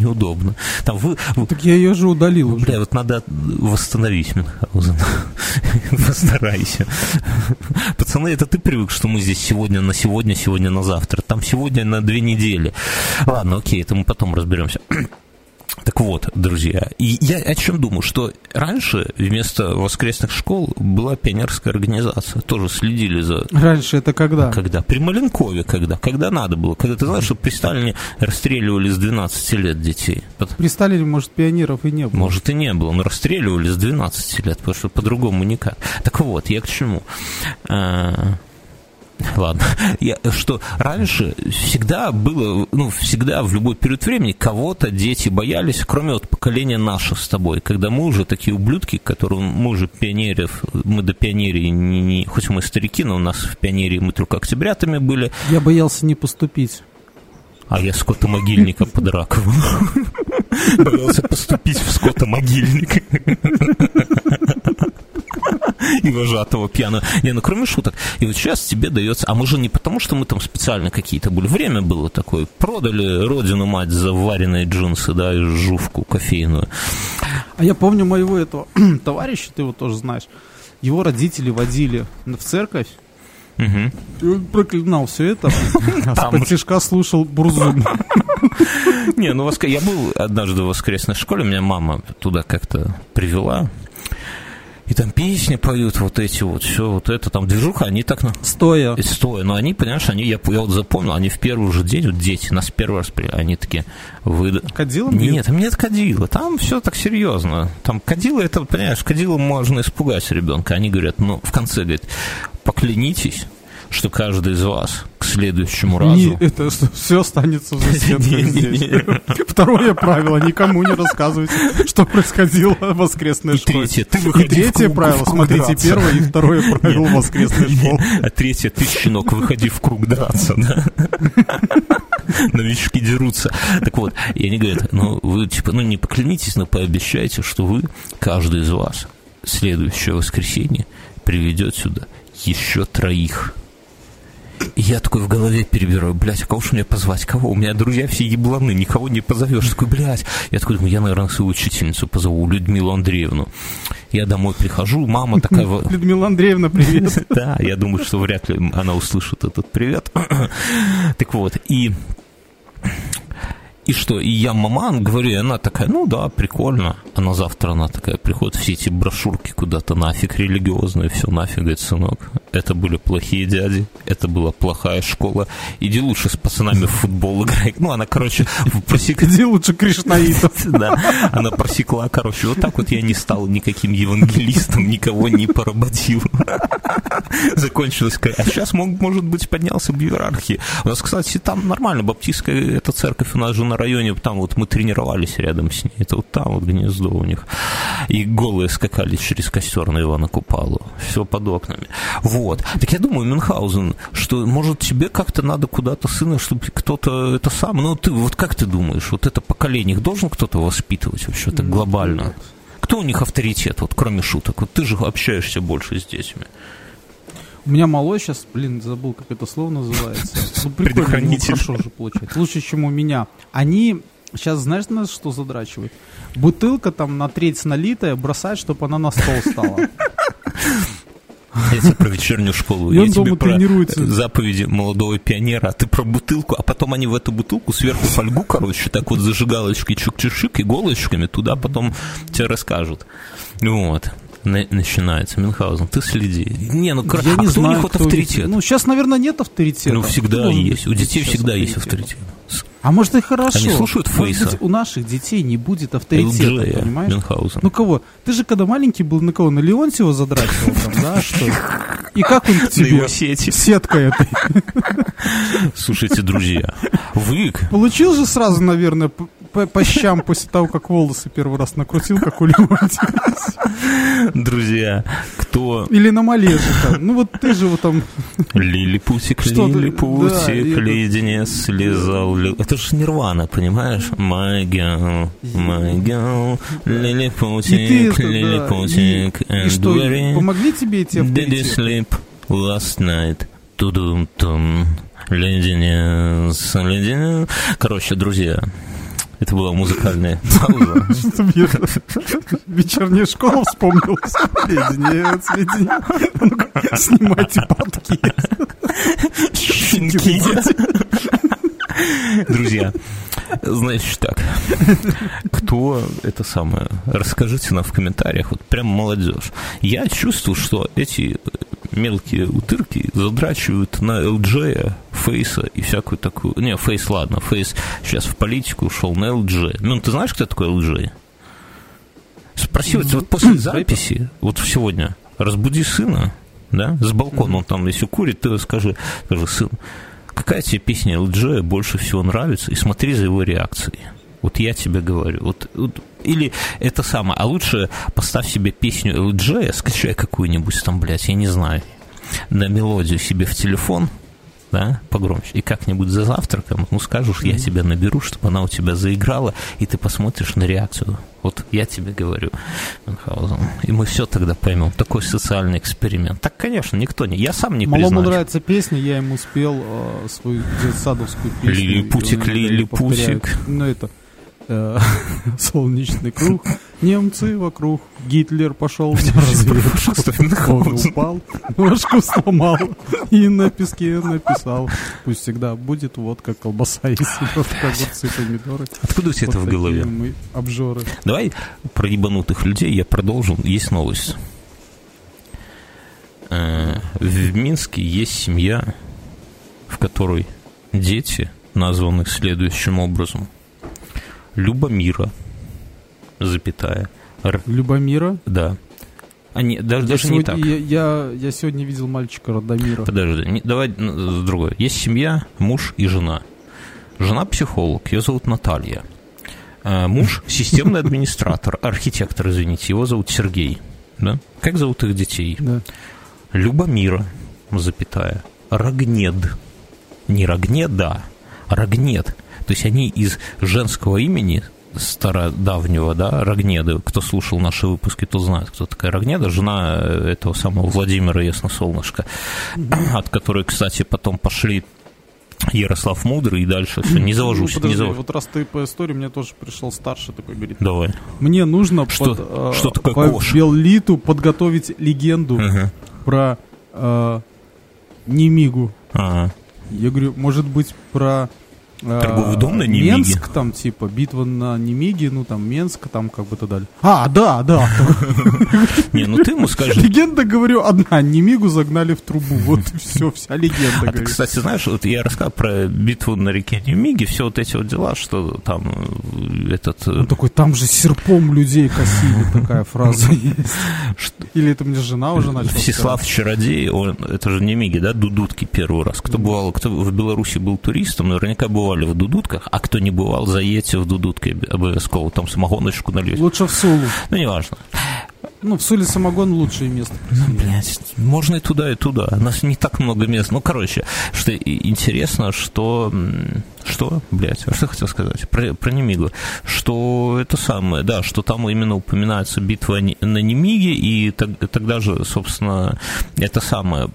неудобно. Там вы, вы...
Так я ее же удалил уже.
Бля, вот надо восстановить Мюнхгаузен. Постарайся. Пацаны, это ты привык, что мы здесь сегодня на сегодня, сегодня на завтра. Там сегодня на две недели. Ладно, окей, это мы потом разберемся. Так вот, друзья, и я о чем думаю, что раньше вместо воскресных школ была пионерская организация, тоже следили за...
Раньше это когда?
Когда? При Маленкове, когда? Когда надо было? Когда ты знаешь, что при Сталине расстреливали с двенадцати лет детей?
При Сталине, может, пионеров и не было.
Может, и не было, но расстреливали с двенадцати лет, потому что по-другому никак. Так вот, я к чему? Ладно, я, что раньше всегда было, ну, всегда в любой период времени кого-то дети боялись, кроме вот поколения наших с тобой, когда мы уже такие ублюдки, которые, мы уже пионеров, мы до пионерии, не, не, хоть мы старики, но у нас в пионерии мы только октябрятами были.
Я боялся не поступить.
А я скотомогильника под Раковым. Боялся поступить в скотомогильник. И вожатого пьяного. Не, ну кроме шуток. И вот сейчас тебе дается... А мы же не потому, что мы там специально какие-то были. Время было такое. Продали родину мать за вареные джинсы, да, и жувку кофейную.
А я помню моего этого товарища, ты его тоже знаешь. Его родители водили в церковь.
Угу.
И он проклинал все это. А с-под тишка слушал Бурзум.
Не, ну я был однажды в воскресной школе. Меня мама туда как-то привела. И там песни поют, вот эти вот, все вот это, там движуха, они так...
Стоя.
Стоя, но они, понимаешь, они, я, я вот запомнил, они в первый же день, вот дети, нас первый раз приняли, они такие... Вы...
Кадилом?
Нет, там нет кадила, там все так серьезно. Там кадила, это, понимаешь, кадилом можно испугать ребенка. Они говорят, ну, в конце, говорят, поклянитесь, что каждый из вас к следующему разу...
Не, это все останется за стенкой здесь. Второе правило, никому не рассказывайте, что происходило в воскресной школе.
И третье, ты выходи
и третье правило, смотрите, первое и второе правило воскресной школы.
А третье, ты, щенок, выходи в круг драться, да? Новички дерутся. Так вот, и они говорят, ну, вы, типа, ну, не поклянитесь, но пообещайте, что вы, каждый из вас, следующее воскресенье приведет сюда еще троих. И я такой в голове перебираю, блядь, а кого же мне позвать? Кого? У меня друзья все ебланы, никого не позовешь. Такой, блядь. Я такой думаю, я, наверное, свою учительницу позову, Людмилу Андреевну. Я домой прихожу, мама такая...
Людмила Андреевна, привет.
Да, я думаю, что вряд ли она услышит этот привет. Так вот, и... И что, и я маман, говорю, и она такая, ну да, прикольно. А на завтра она такая приходит, все эти брошюрки куда-то нафиг религиозные, все нафиг, говорит, сынок, это были плохие дяди, это была плохая школа, иди лучше с пацанами в футбол играй. Ну, она, короче, просекла...
Иди лучше кришнаитов.
Да, она просекла, короче, вот так вот я не стал никаким евангелистом, никого не поработил. Закончилось, а сейчас, может быть, поднялся в иерархии. У нас, кстати, там нормально, баптистская эта церковь у нас же на районе, там вот мы тренировались рядом с ней, это вот там вот гнездо у них, и голые скакали через костер на Ивана Купалу, все под окнами. Вот. Так я думаю, Мюнхгаузен, что, может, тебе как-то надо куда-то сына, чтобы кто-то это сам, ну, ты, вот как ты думаешь, вот это поколение, их должен кто-то воспитывать вообще так глобально? Кто у них авторитет, вот кроме шуток? Вот ты же общаешься больше с детьми.
У меня малой сейчас, блин, забыл, как это слово называется. Ну, прикольно, ну, хорошо уже получается. Лучше, чем у меня. Они сейчас, знаешь, нас что задрачивают? Бутылка там на треть налитая, бросать, чтобы она на стол стала.
Я тебе про вечернюю школу.
И
я
он
тебе
дома
про
тренируется.
заповеди молодого пионера, а ты про бутылку, а потом они в эту бутылку сверху фольгу, короче, так вот зажигалочкой чук-чушик, иголочками туда потом тебе расскажут. Вот. Начинается. Мюнхгаузен, ты следи. Не, ну,
я
а
не
кто
знаю,
у них вот авторитет?
Ну, сейчас, наверное, нет авторитета.
Ну, всегда
кто
есть. У детей всегда
авторитет?
есть авторитет.
А может и хорошо.
Они слушают Фейса.
Может быть, у наших детей не будет авторитета,
эл джей,
понимаешь?
Мюнхгаузен.
Ну кого? Ты же когда маленький был, на кого? На Леонтьева задрачивал там, да, что? И как он к тебе?
На его сети.
Сетка этой.
Слушайте, друзья, вы...
Получил же сразу, наверное, по, по щам после того, как волосы первый раз накрутил, как у Леонтьева.
Друзья, кто...
Или на малеже там. Ну вот ты же вот там...
Лилипутик, лилипутик, да, ледене слезал. Это же Нирвана, понимаешь? My girl, my girl, лилипутик, лилипутик.
И что, помогли тебе эти авторитеты?
Did you sleep last night? Тудум-тум. Леденец, леденец. Короче, друзья, Это была музыкальная пауза.
Вечерняя школа вспомнилась. Сведения, сведения. Снимайте портки.
Щенки. Друзья, значит так, кто это самое, расскажите нам в комментариях, вот прям молодежь. Я чувствую, что эти мелкие утырки задрачивают на эл джей, Фейса и всякую такую... Не, Фейс, ладно, Фейс сейчас в политику ушел на эл джей. Ну, ты знаешь, кто такой эл джей? Спроси, вот, вот после записи, вот сегодня, разбуди сына, да, с балкона, он там, если курит, ты скажи, скажи, сын, какая тебе песня эл джей больше всего нравится, и смотри за его реакцией. Вот я тебе говорю. Вот, вот, или это самое. А лучше поставь себе песню эл джей, скачай какую-нибудь там, блядь, я не знаю, на мелодию себе в телефон, да, погромче, и как-нибудь за завтраком, ну, скажешь, я тебя наберу, чтобы она у тебя заиграла, и ты посмотришь на реакцию. Вот я тебе говорю, Мюнхгаузен. И мы все тогда поймем. Такой социальный эксперимент. Так, конечно, никто не... Я сам не признаю.
Малому нравится песня, я ему спел э, свою детсадовскую песню.
Лилипутик, лилипутик.
Ну, это... Солнечный круг, немцы вокруг, Гитлер пошел на разведку, он упал, ножку сломал и на песке написал: пусть всегда будет водка, колбаса и сыворотка, огурцы, помидоры.
Откуда у тебя это в голове?
Мы обжоры.
Давай про ебанутых людей я продолжу. Есть новость. В Минске есть семья, в которой дети названы следующим образом: Любомира, запятая. Р...
Любомира?
Да. Они, даже
я
даже
сегодня,
не так.
Я, я, я сегодня видел мальчика Радомира.
Подожди, не, давай с другой. Есть семья, муж и жена. Жена психолог, ее зовут Наталья. А муж системный администратор, архитектор, извините, его зовут Сергей. Да? Как зовут их детей?
Да.
Любомира, запятая. Рогнед. Не Рогнеда, а Рогнед. То есть они из женского имени стародавнего, да, Рогнеды. Кто слушал наши выпуски, тот знает, кто такая Рогнеда, жена этого самого Владимира Ясносолнышко, от которой, кстати, потом пошли Ярослав Мудрый и дальше все. Не завожусь,
ну, подожди,
не завожусь.
Вот раз ты по истории, мне тоже пришел старший такой, говорит:
давай.
Мне нужно
что,
под,
что
э,
такое
по
кош?
Беллиту подготовить легенду uh-huh. про э, Немигу.
Uh-huh.
Я говорю, может быть, про
торговый дом на Немиге?
Менск, там, типа, битва на Немиге, ну, там, Менск, там, как бы, то далее. А, да, да.
Не, ну ты ему скажи.
Легенда, говорю, одна. Немигу загнали в трубу. Вот и все, вся легенда.
А ты, кстати, знаешь, вот я рассказал про битву на реке Немиге, все вот эти вот дела, что там этот...
Он такой, там же серпом людей косили, такая фраза есть. Или это мне жена уже начала?
Всеслав Чародей, он, это же Немиги, да, Дудутки первый раз. Кто бывал, кто в Беларуси был туристом, наверняка бывал в Дудутках, а кто не бывал, заедьте в Дудутке обовязково, там самогоночку нальете.
Лучше в Сулу.
Ну, неважно.
Ну, в Суле самогон лучшее место.
Ну, блядь, можно и туда, и туда. У нас не так много мест. Ну, короче, что интересно, что... Что? Блядь, а что я хотел сказать? Про, про Немигу. Что это самое, да, что там именно упоминается битва на Немиге, и тогда же, собственно, это самое...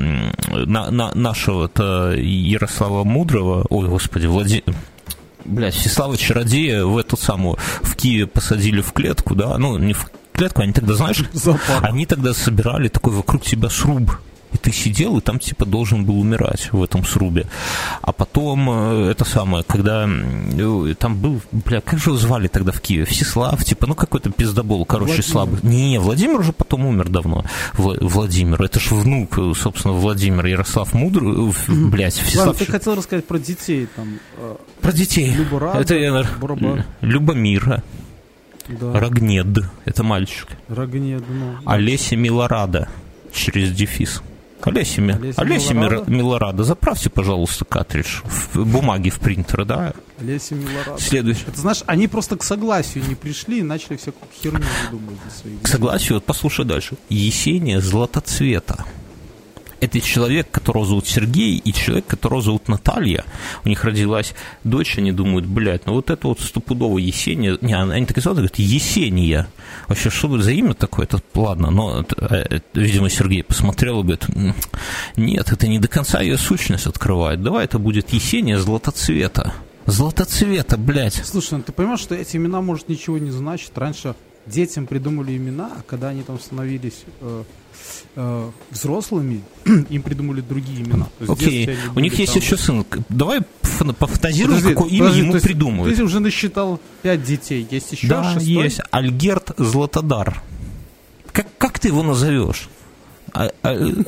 На, на, нашего-то Ярослава Мудрого, ой, господи, Владимир... Блядь, Всеслава Чародея в эту самую... В Киеве посадили в клетку, да, ну, не в клетку, они тогда, знаешь,
Зоопарк.
Они тогда собирали такой вокруг себя сруб, и ты сидел, и там, типа, должен был умирать в этом срубе. А потом, это самое, когда там был, бля, как же его звали тогда в Киеве? Всеслав, типа, ну, какой-то пиздобол, короче, Владимир. Слабый. Не, Владимир уже потом умер давно. Владимир, это ж внук, собственно, Владимир Ярослав Мудрый, блядь, Всеслав.
Ладно, ты хотел рассказать про детей, там.
Про детей.
Люборада,
это я... Любомира.
Да.
Рогнед, это мальчик.
Рогнед, ну.
Олеся Милорада, через дефис. Олеся, Олеся, Олеся Милорада? Милорада, заправьте, пожалуйста, картридж в бумаги в принтер, да?
Олеся Милорада.
Следующий.
Это, знаешь, они просто к согласию не пришли и начали всякую херню выдумывать для своих.
К согласию, вот послушай дальше. Есения Златоцвета. Это человек, которого зовут Сергей, и человек, которого зовут Наталья. У них родилась дочь, они думают, блядь, ну вот это вот стопудово Есения. Не, они так и зовут, говорят, Есения. Вообще, что за имя такое? Это ладно, но, это, видимо, Сергей посмотрел и говорит, нет, это не до конца ее сущность открывает. Давай это будет Есения Златоцвета. Златоцвета, блядь.
Слушай, ну ты понимаешь, что эти имена, может, ничего не значат? Раньше детям придумали имена, а когда они там становились э, э, взрослыми, им придумали другие имена.
Окей, okay. У них есть там... еще сын. Давай пофантазируем, подожди, какое имя подожди, ему придумают.
Ты уже насчитал пять детей, есть еще
да,
шестой?
Есть. Альгерд Златодар. Как, как ты его назовешь? А, а...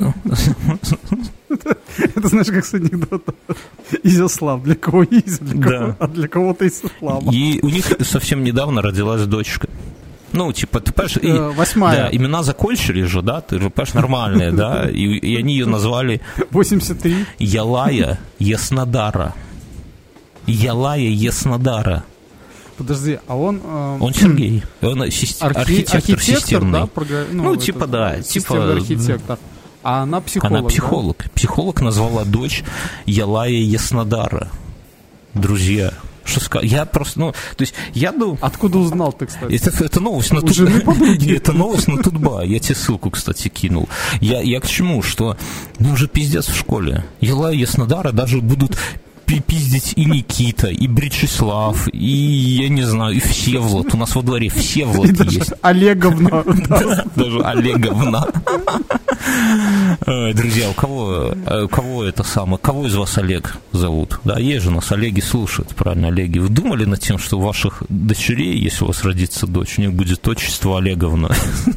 Это знаешь, как с анекдотом. Изяслав. Для кого Изя, для кого, да. А для кого-то Изяслав.
И у них совсем недавно родилась дочка. Ну, типа, ты понимаешь... И,
Восьмая.
Да, имена закончили же, да, ты же понимаешь, нормальные, да, и, и они ее назвали...
восемьдесят три.
Ялая Яснодара. Ялая Яснодара.
Подожди, а он... Э,
он Сергей. Он архи-
архи-
архитектор,
архитектор
системный.
Да, програ...
ну, ну, типа, да. Типа,
архитектор. А она психолог,
Она психолог.
Да?
Психолог назвала дочь Ялая Яснодара. Друзья. Что сказать? Я просто, ну, то есть, я думаю...
Откуда узнал ты, кстати?
Это, это новость на Тутба. Это новость на Тутба. Я тебе ссылку, кстати, кинул. Я, я к чему? Что, ну, уже пиздец в школе. Ялая Яснодара даже будут... пиздить и Никита, и Бречеслав, и, я не знаю, и Всеволод. У нас во дворе Всеволод есть.
Олеговна.
Даже Олеговна. Друзья, у кого, у кого это самое, кого из вас Олег зовут? Да, есть же у нас Олеги слушают, правильно, Олеги. Вы думали над тем, что у ваших дочерей, если у вас родится дочь, у них будет отчество Олеговна?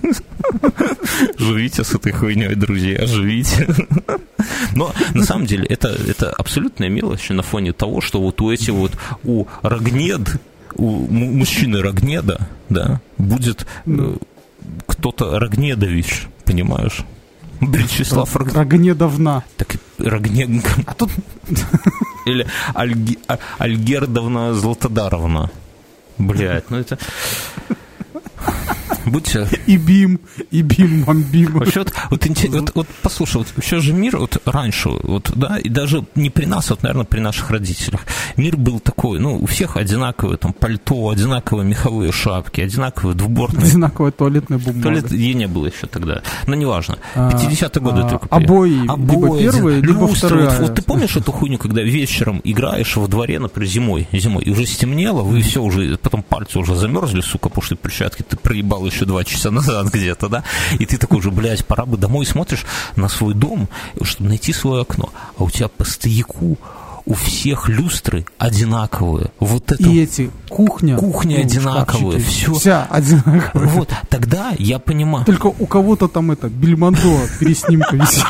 Живите с этой хуйней, друзья, живите. Но, на самом деле, это, это абсолютная мелочь на фоне того, что вот у этих вот, у Рогнед, у мужчины Рогнеда, да, будет э, кто-то Рогнедович, понимаешь? Бречеслав Рог...
Рогнедовна.
Так, Рогнед...
А тут...
Или Альги... Альгердовна Златодаровна. Блядь, ну это... Будьте...
И бим, и бим, мамбим.
Вообще, вот, вот, вот, вот послушай, вот вообще же мир вот раньше, вот, да, и даже не при нас, вот, наверное, при наших родителях, мир был такой, ну, у всех одинаковые там пальто, одинаковые меховые шапки, одинаковые двубортные...
Одинаковая туалетная бумага.
Туалет ей не было еще тогда, но неважно. пятидесятые годы
а,
только...
Обои,
обои,
либо первые, либо вторые.
Вот, вот ты помнишь эту хуйню, когда вечером играешь во дворе, например, зимой, зимой, и уже стемнело, вы все уже, потом пальцы уже замерзли, сука, потому что перчатки ты проебал еще два часа назад где-то, да, и ты такой уже, блядь, пора бы домой, смотришь на свой дом, чтобы найти свое окно, а у тебя по стояку у всех люстры одинаковые. Вот это
и эти кухня,
кухня ну, одинаковые, все.
Вся одинаковая.
Вот, тогда я понимаю.
Только у кого-то там это, Бельмондо, переснимка висит.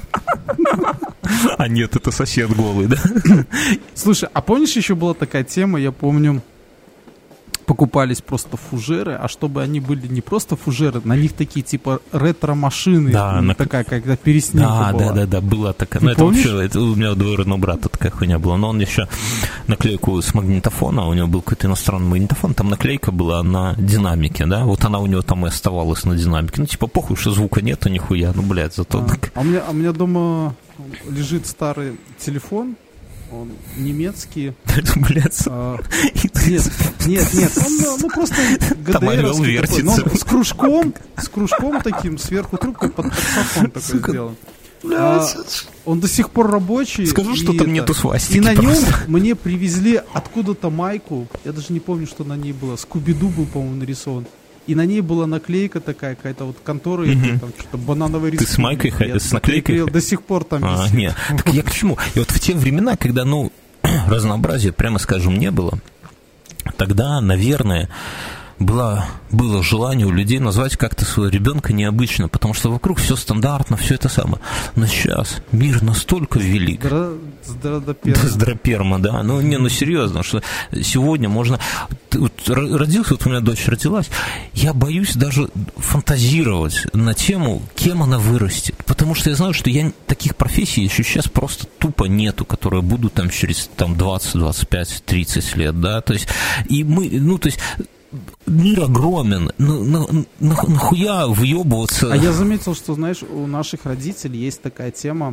А нет, это сосед голый, да?
Слушай, а помнишь, еще была такая тема, я помню, покупались просто фужеры, а чтобы они были не просто фужеры, на них такие типа ретро-машины,
да, на...
такая, когда переснимка
да,
была.
Да, да, да, была такая. Ну, это вообще, это у меня у двоюродного брата такая хуйня была, но он еще наклейку с магнитофона, у него был какой-то иностранный магнитофон, там наклейка была на динамике, да, вот она у него там и оставалась на динамике. Ну, типа, похуй, что звука нету нихуя, ну, блядь, зато...
А, а, у меня, а у меня дома лежит старый телефон, он немецкий.
Блядь.
А, нет, нет, нет. Он ну, просто ГДРовский такой, но с кружком, с кружком таким, сверху трубкой под саксофон такой Сука. Сделан. А, он до сих пор рабочий.
Скажу, что там это, нету свастики.
И на
просто.
нем мне привезли откуда-то майку. Я даже не помню, что на ней было. Скуби-Ду был, по-моему, нарисован. И на ней была наклейка такая, какая-то вот контора, mm-hmm. там что-то банановый рисунок.
Ты с майкой, я с наклейкой?
До сих пор там
а,
висит.
Нет, так я к чему? И вот в те времена, когда, ну, разнообразия, прямо скажем, не было, тогда, наверное, было, было желание у людей назвать как-то своего ребенка необычно, потому что вокруг все стандартно, все это самое. Но сейчас мир настолько велик.
Здраперма.
Здраперма, да. Ну, не, ну, серьезно, что сегодня можно... Вот, родился, вот у меня дочь родилась, я боюсь даже фантазировать на тему, кем она вырастет, потому что я знаю, что я таких профессий еще сейчас просто тупо нету, которые будут там через там, двадцать, двадцать пять, тридцать лет, да, то есть, и мы, ну, то есть, мир огромен, на, на, на, нахуя въебываться?
А я заметил, что, знаешь, у наших родителей есть такая тема,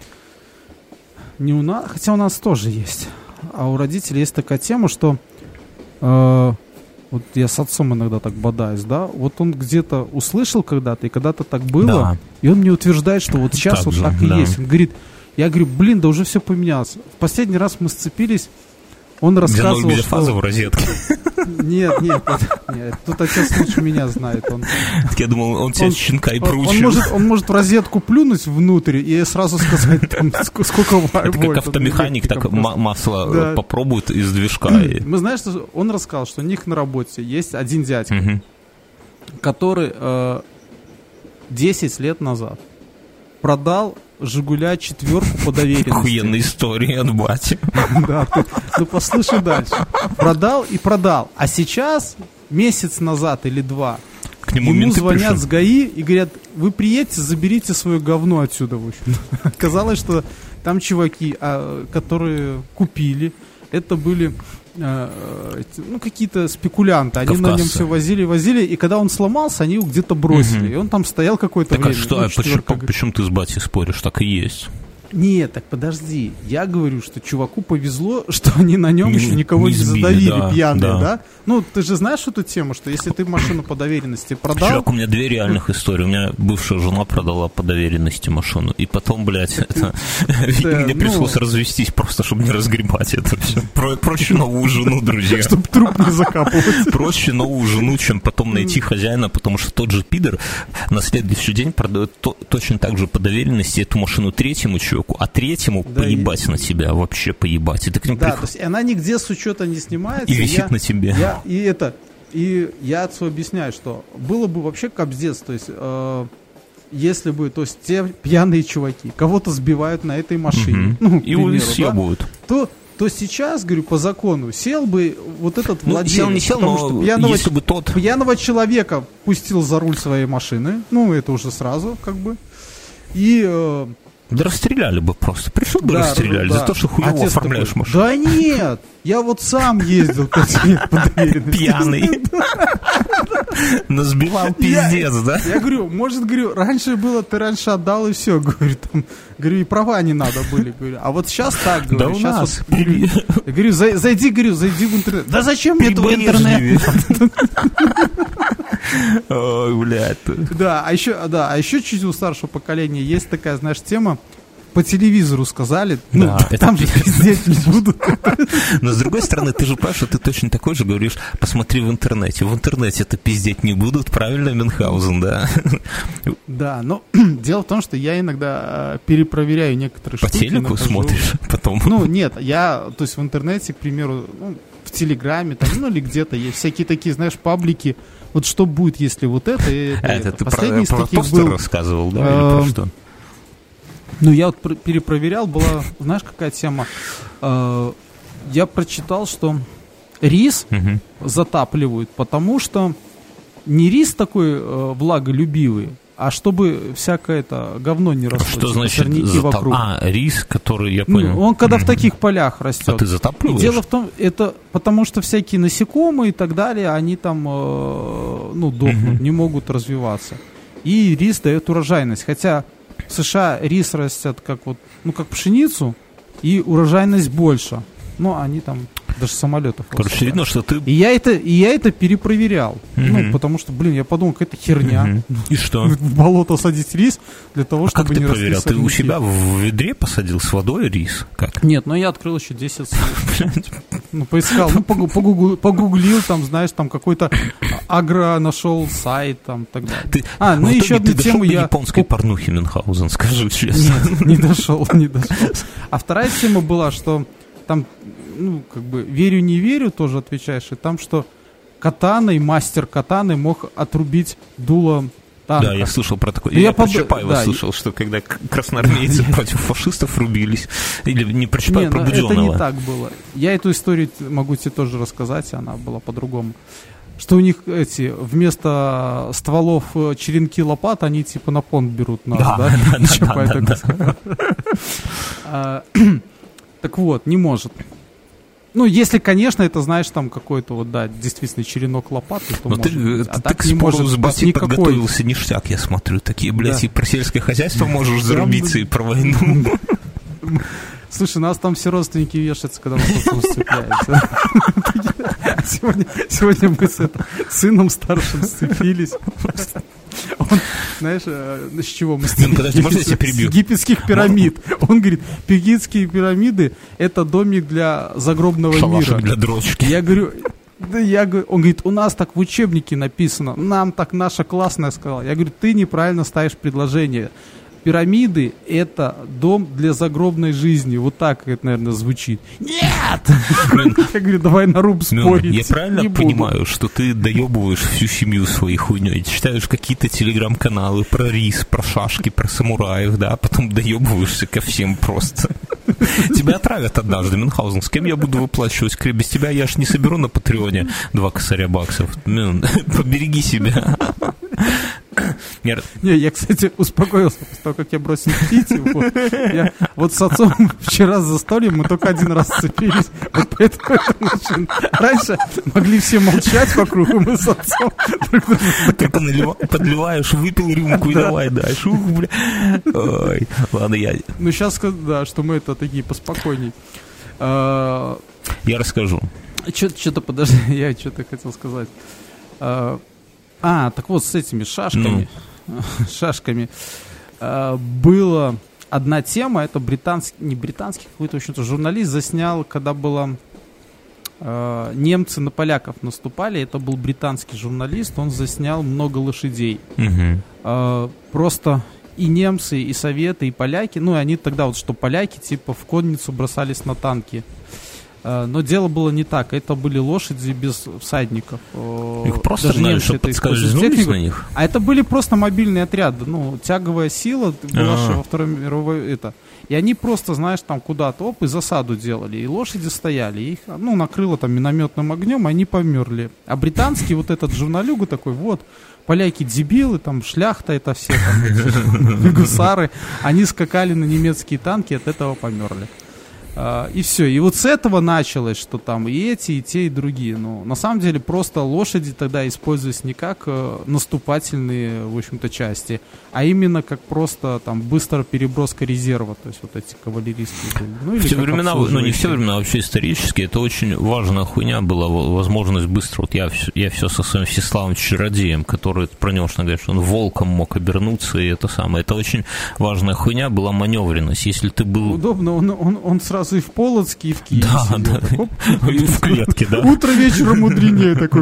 не у нас, хотя у нас тоже есть, а у родителей есть такая тема, что э, вот я с отцом иногда так бодаюсь, да, вот он где-то услышал когда-то, и когда-то так было, да. И он мне утверждает, что вот сейчас так вот же, так и да. есть. Он говорит, я говорю, блин, да уже все поменялось. В последний раз мы сцепились Он рассказывал,
где ноль фазы в розетке.
Нет, нет, нет, тут отец лучше меня знает. Он,
я думал, он тебя щенка и проучил.
Он, он, может, он может в розетку плюнуть внутрь и сразу сказать, там, сколько вольт.
Это как автомеханик, так масло да. попробует из движка.
Мы знаем, что он рассказал, что у них на работе есть один дядька, угу. который э, десять лет назад продал «Жигуля» четверку по доверенности.
Охуенная история от бати.
Да, ты, ну послушай дальше. Продал и продал. А сейчас, месяц назад или два,
к нему
ему звонят
пришли.
с ГАИ и говорят, вы приедете, заберите свое говно отсюда. В общем. Оказалось, что там чуваки, которые купили, это были ну, какие-то спекулянты. Они Кавказцы. На нем все возили, возили, и когда он сломался, они его где-то бросили. Угу. И он там стоял какое-то
так,
время.
А что, ну, а почему, почему ты с батей споришь? Так и есть.
Нет, так подожди. Я говорю, что чуваку повезло, что они на нем не, еще никого не, не сбили, задавили, да, пьяные, да. да? Ну, ты же знаешь эту тему, что если ты машину по доверенности продал...
Чувак, у меня две реальных истории. У меня бывшая жена продала по доверенности машину. И потом, блядь, это... мне пришлось развестись просто, чтобы не разгребать это все. Проще новую жену, друзья.
Чтобы труп не закапывать.
Проще новую жену, чем потом найти хозяина, потому что тот же пидор на следующий день продает точно так же по доверенности эту машину третьему человеку, а третьему да, поебать и... на тебя, вообще поебать. И ты к ним
да,
приход...
то есть она нигде с учета не снимается.
И висит
я,
на тебе.
Я, и это, и я отцу объясняю, что было бы вообще капздец, то есть, э, если бы, то есть, те пьяные чуваки кого-то сбивают на этой машине, угу. ну,
и примеру, съебывают.
Да, то, то сейчас, говорю, по закону, сел бы вот этот ну, владелец,
сел, не сел,
потому
но
что пьяного,
если бы тот...
пьяного человека пустил за руль своей машины, ну, это уже сразу, как бы, и... Э,
да расстреляли бы просто. Пришел бы да, расстреляли да. за то, что хуево Отец оформляешь такой, машину.
Да нет, я вот сам ездил пять лет по доверенности.
Пьяный. Насбивал пиздец, да?
Я говорю, может, говорю, раньше было, ты раньше отдал и все, говорю, там, говорю, и права не надо были, говорю. А вот сейчас так, говорю,
да
сейчас вот, говорю, я говорю, зайди, говорю, зайди в интернет. Да зачем мне этого интернет?
Ой, блядь.
Да, а еще, да, а еще чуть у старшего поколения есть такая, знаешь, тема. По телевизору сказали, ну, да, там же пиздеть не будут.
Но с другой стороны, ты же понимаешь, что ты точно такой же говоришь, посмотри в интернете. В интернете это пиздеть не будут, правильно, Мюнхгаузен, да?
Да, но дело в том, что я иногда перепроверяю некоторые
По
штуки.
По телеку нахожу. Смотришь потом?
Ну, нет, я, то есть в интернете, к примеру, ну, в Телеграме, там, ну, или где-то есть всякие такие, знаешь, паблики. Вот что будет, если вот это и это.
А это, это. Ты
Последний
про,
из таких
про
был,
рассказывал, да, или про что?
Ну, я вот перепроверял, была, знаешь, какая тема? Я прочитал, что рис угу. затапливают, потому что не рис такой влаголюбивый, а чтобы всякое это говно не росло.
Что значит затап... вокруг. А, рис, который, я понял.
Ну, он когда mm-hmm. в таких полях растет.
А ты затапливаешь?
И дело в том, это потому что всякие насекомые и так далее, они там, э, ну, дохнут, mm-hmm. не могут развиваться. И рис дает урожайность. Хотя в США рис растет как вот, ну, как пшеницу, и урожайность больше. Но они там даже самолетов.
Короче, видно, что ты...
И я это, и я это перепроверял. Mm-hmm. Ну, потому что, блин, я подумал, какая-то херня.
Mm-hmm. И что?
В болото садить рис для того,
а
чтобы
как
не
ты проверял?
росли
Ты у себя в ведре посадил с водой рис? Как?
Нет, но я открыл еще десять. Ну, поискал, ну, погуглил, там, знаешь, там какой-то агро нашел сайт, там, и так далее. А, ну, еще одну тему я...
японской порнухи, Мюнхгаузен, скажи честно.
Нет, не дошел, не дошел. А вторая тема была, что там... ну, как бы, верю, не верю, тоже отвечаешь, и там, что катаной, мастер катаны мог отрубить дуло танка.
Да, я слышал про такое. Я, я под... про Чапаева да, слышал, что когда красноармейцы да, против я... фашистов рубились, или не про Чапаева, про Буденного.
Это не так было. Я эту историю могу тебе тоже рассказать, она была по-другому. Что у них эти, вместо стволов черенки лопат, они типа на понт берут нас, да?
Да, да, да,
да. Так вот, не может. Ну, если, конечно, это, знаешь, там какой-то вот, да, действительно черенок лопаты, то
но
может
ты,
быть.
А
ты
так
к спору с батей
подготовился ништяк, я смотрю. Такие, блядь, да. И про сельское хозяйство можешь зарубиться, и про войну.
Слушай, нас там все родственники вешаются, когда мы с отцом сцепляемся. Сегодня, сегодня мы с это, сыном старшим сцепились. Он, знаешь, с чего мы стали?
Подожди, можно я тебя перебью?
С египетских пирамид. Он говорит, египетские пирамиды — это домик для загробного мира.
Шалашик для дрочки.
Я говорю... Да я говорю, он говорит, у нас так в учебнике написано, нам так наша классная сказала. Я говорю, ты неправильно ставишь предложение. Пирамиды — это дом для загробной жизни. Вот так это, наверное, звучит. Нет! Я говорю, давай на руб спорить.
Я правильно понимаю, что ты доебываешь всю семью своей хуйней, читаешь какие-то телеграм-каналы про рис, про шашки, про самураев, да, а потом доебываешься ко всем просто. Тебя отравят однажды, Мюнхгаузен. С кем я буду выплачивать? Без тебя я ж не соберу на Патреоне два косаря баксов. Побереги себя.
Нет. Не, я, кстати, успокоился после того, как я бросил пить. Вот, я, вот с отцом вчера за застольем мы только один раз сцепились. Вот поэтому это начали. Раньше могли все молчать вокруг, и мы с отцом.
Только подливаешь, выпил рюмку и давай дальше. Ух, бля. Ой, ладно, я...
Ну, сейчас, да, что мы это такие поспокойней.
Я расскажу.
Что-то, подожди, я что-то хотел сказать. А, так вот, с этими шашками, ну. шашками э, была одна тема, это британский, не британский, какой-то, в общем-то, журналист заснял, когда было э, немцы на поляков наступали, это был британский журналист, он заснял много лошадей.
Угу.
Э, просто и немцы, и советы, и поляки, ну, и они тогда вот, что поляки, типа, в конницу бросались на танки. Но дело было не так. Это были лошади без всадников.
Их просто гнали, чтобы подскользнулись на них?
А это были просто мобильные отряды. Ну, тяговая сила была во Второй мировой... Это. И они просто, знаешь, там куда-то, оп, и засаду делали. И лошади стояли. Их, ну, накрыло там минометным огнем, и они померли. А британский вот этот журналюга такой, вот, поляки дебилы, там, шляхта это все, там, гусары. Они скакали на немецкие танки, от этого померли. Uh, и все. И вот с этого началось, что там и эти, и те, и другие. Но на самом деле просто лошади тогда использовались не как э, наступательные, в общем-то, части, а именно как просто там быстрая переброска резерва. То есть вот эти кавалерийские были. Ну, или
все времена, ну не все времена, а вообще исторически, это очень важная хуйня была, возможность быстро. Вот я, я все со своим Всеславом Чародеем, который про него говорит, что он волком мог обернуться, и это самое. Это очень важная хуйня была маневренность. Если ты был...
Удобно, он, он, он сразу и в Полоцке, и в Киеве.
Да, сидел, да. Так, и в клетке, да.
Утро вечером мудренее такой.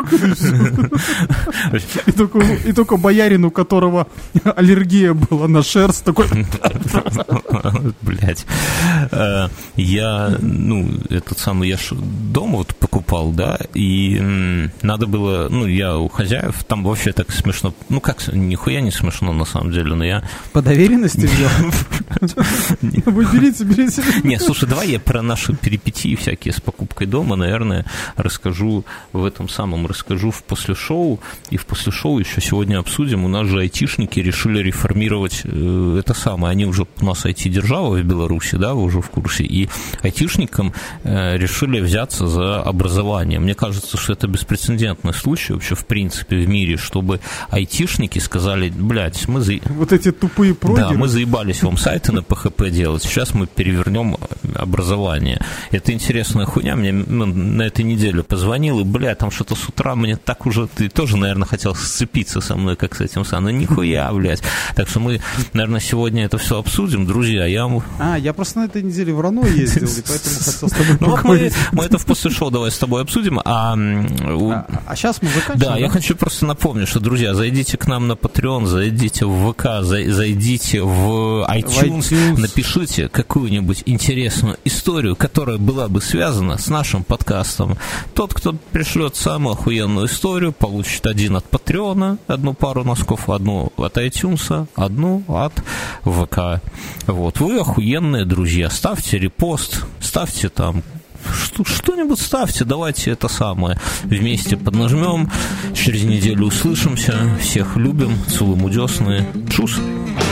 И только, и только боярин, у которого аллергия была на шерсть, такой...
Блять. Я, ну, этот самый, я ж дома вот покупал, да, и надо было, ну, я у хозяев, там вообще так смешно, ну, как, нихуя не смешно, на самом деле, но я...
По доверенности взял? Вы берите, берите.
Не, слушай, давай я про наши перипетии всякие с покупкой дома, наверное, расскажу в этом самом, расскажу в послешоу, и в послешоу еще сегодня обсудим. У нас же айтишники решили реформировать э, это самое. Они уже, у нас ай ти-держава в Беларуси, да, вы уже в курсе, и айтишникам э, решили взяться за образование. Мне кажется, что это беспрецедентный случай вообще, в принципе, в мире, чтобы айтишники сказали, блядь, мы... За...
Вот эти тупые прогеры.
Да, мы заебались вам сайты на пэ хэ пэ делать, сейчас мы перевернем образование. Это интересная хуйня. Мне ну, на этой неделе позвонил, и, бля, там что-то с утра мне так уже... Ты тоже, наверное, хотел сцепиться со мной, как с этим самым. Ну, нихуя, блядь. Так что мы, наверное, сегодня это все обсудим, друзья. Я...
А, я просто на этой неделе в РАНО ездил, и поэтому хотел с тобой
ну, поговорить. Мы, мы это в после шоу давай с тобой обсудим. А,
а, а сейчас мы заканчиваем.
Да, да, я хочу просто напомнить, что, друзья, зайдите к нам на Patreon, зайдите в ВК, зайдите в iTunes, в iTunes. Напишите какую-нибудь интересную историю, которая была бы связана с нашим подкастом. Тот, кто пришлет самую охуенную историю, получит один от Патреона, одну пару носков, одну от iTunes, одну от ВК. Вот. Вы охуенные друзья. Ставьте репост, ставьте там что, что-нибудь ставьте, давайте это самое вместе поднажмем. Через неделю услышимся. Всех любим, целуем у десны. Чус!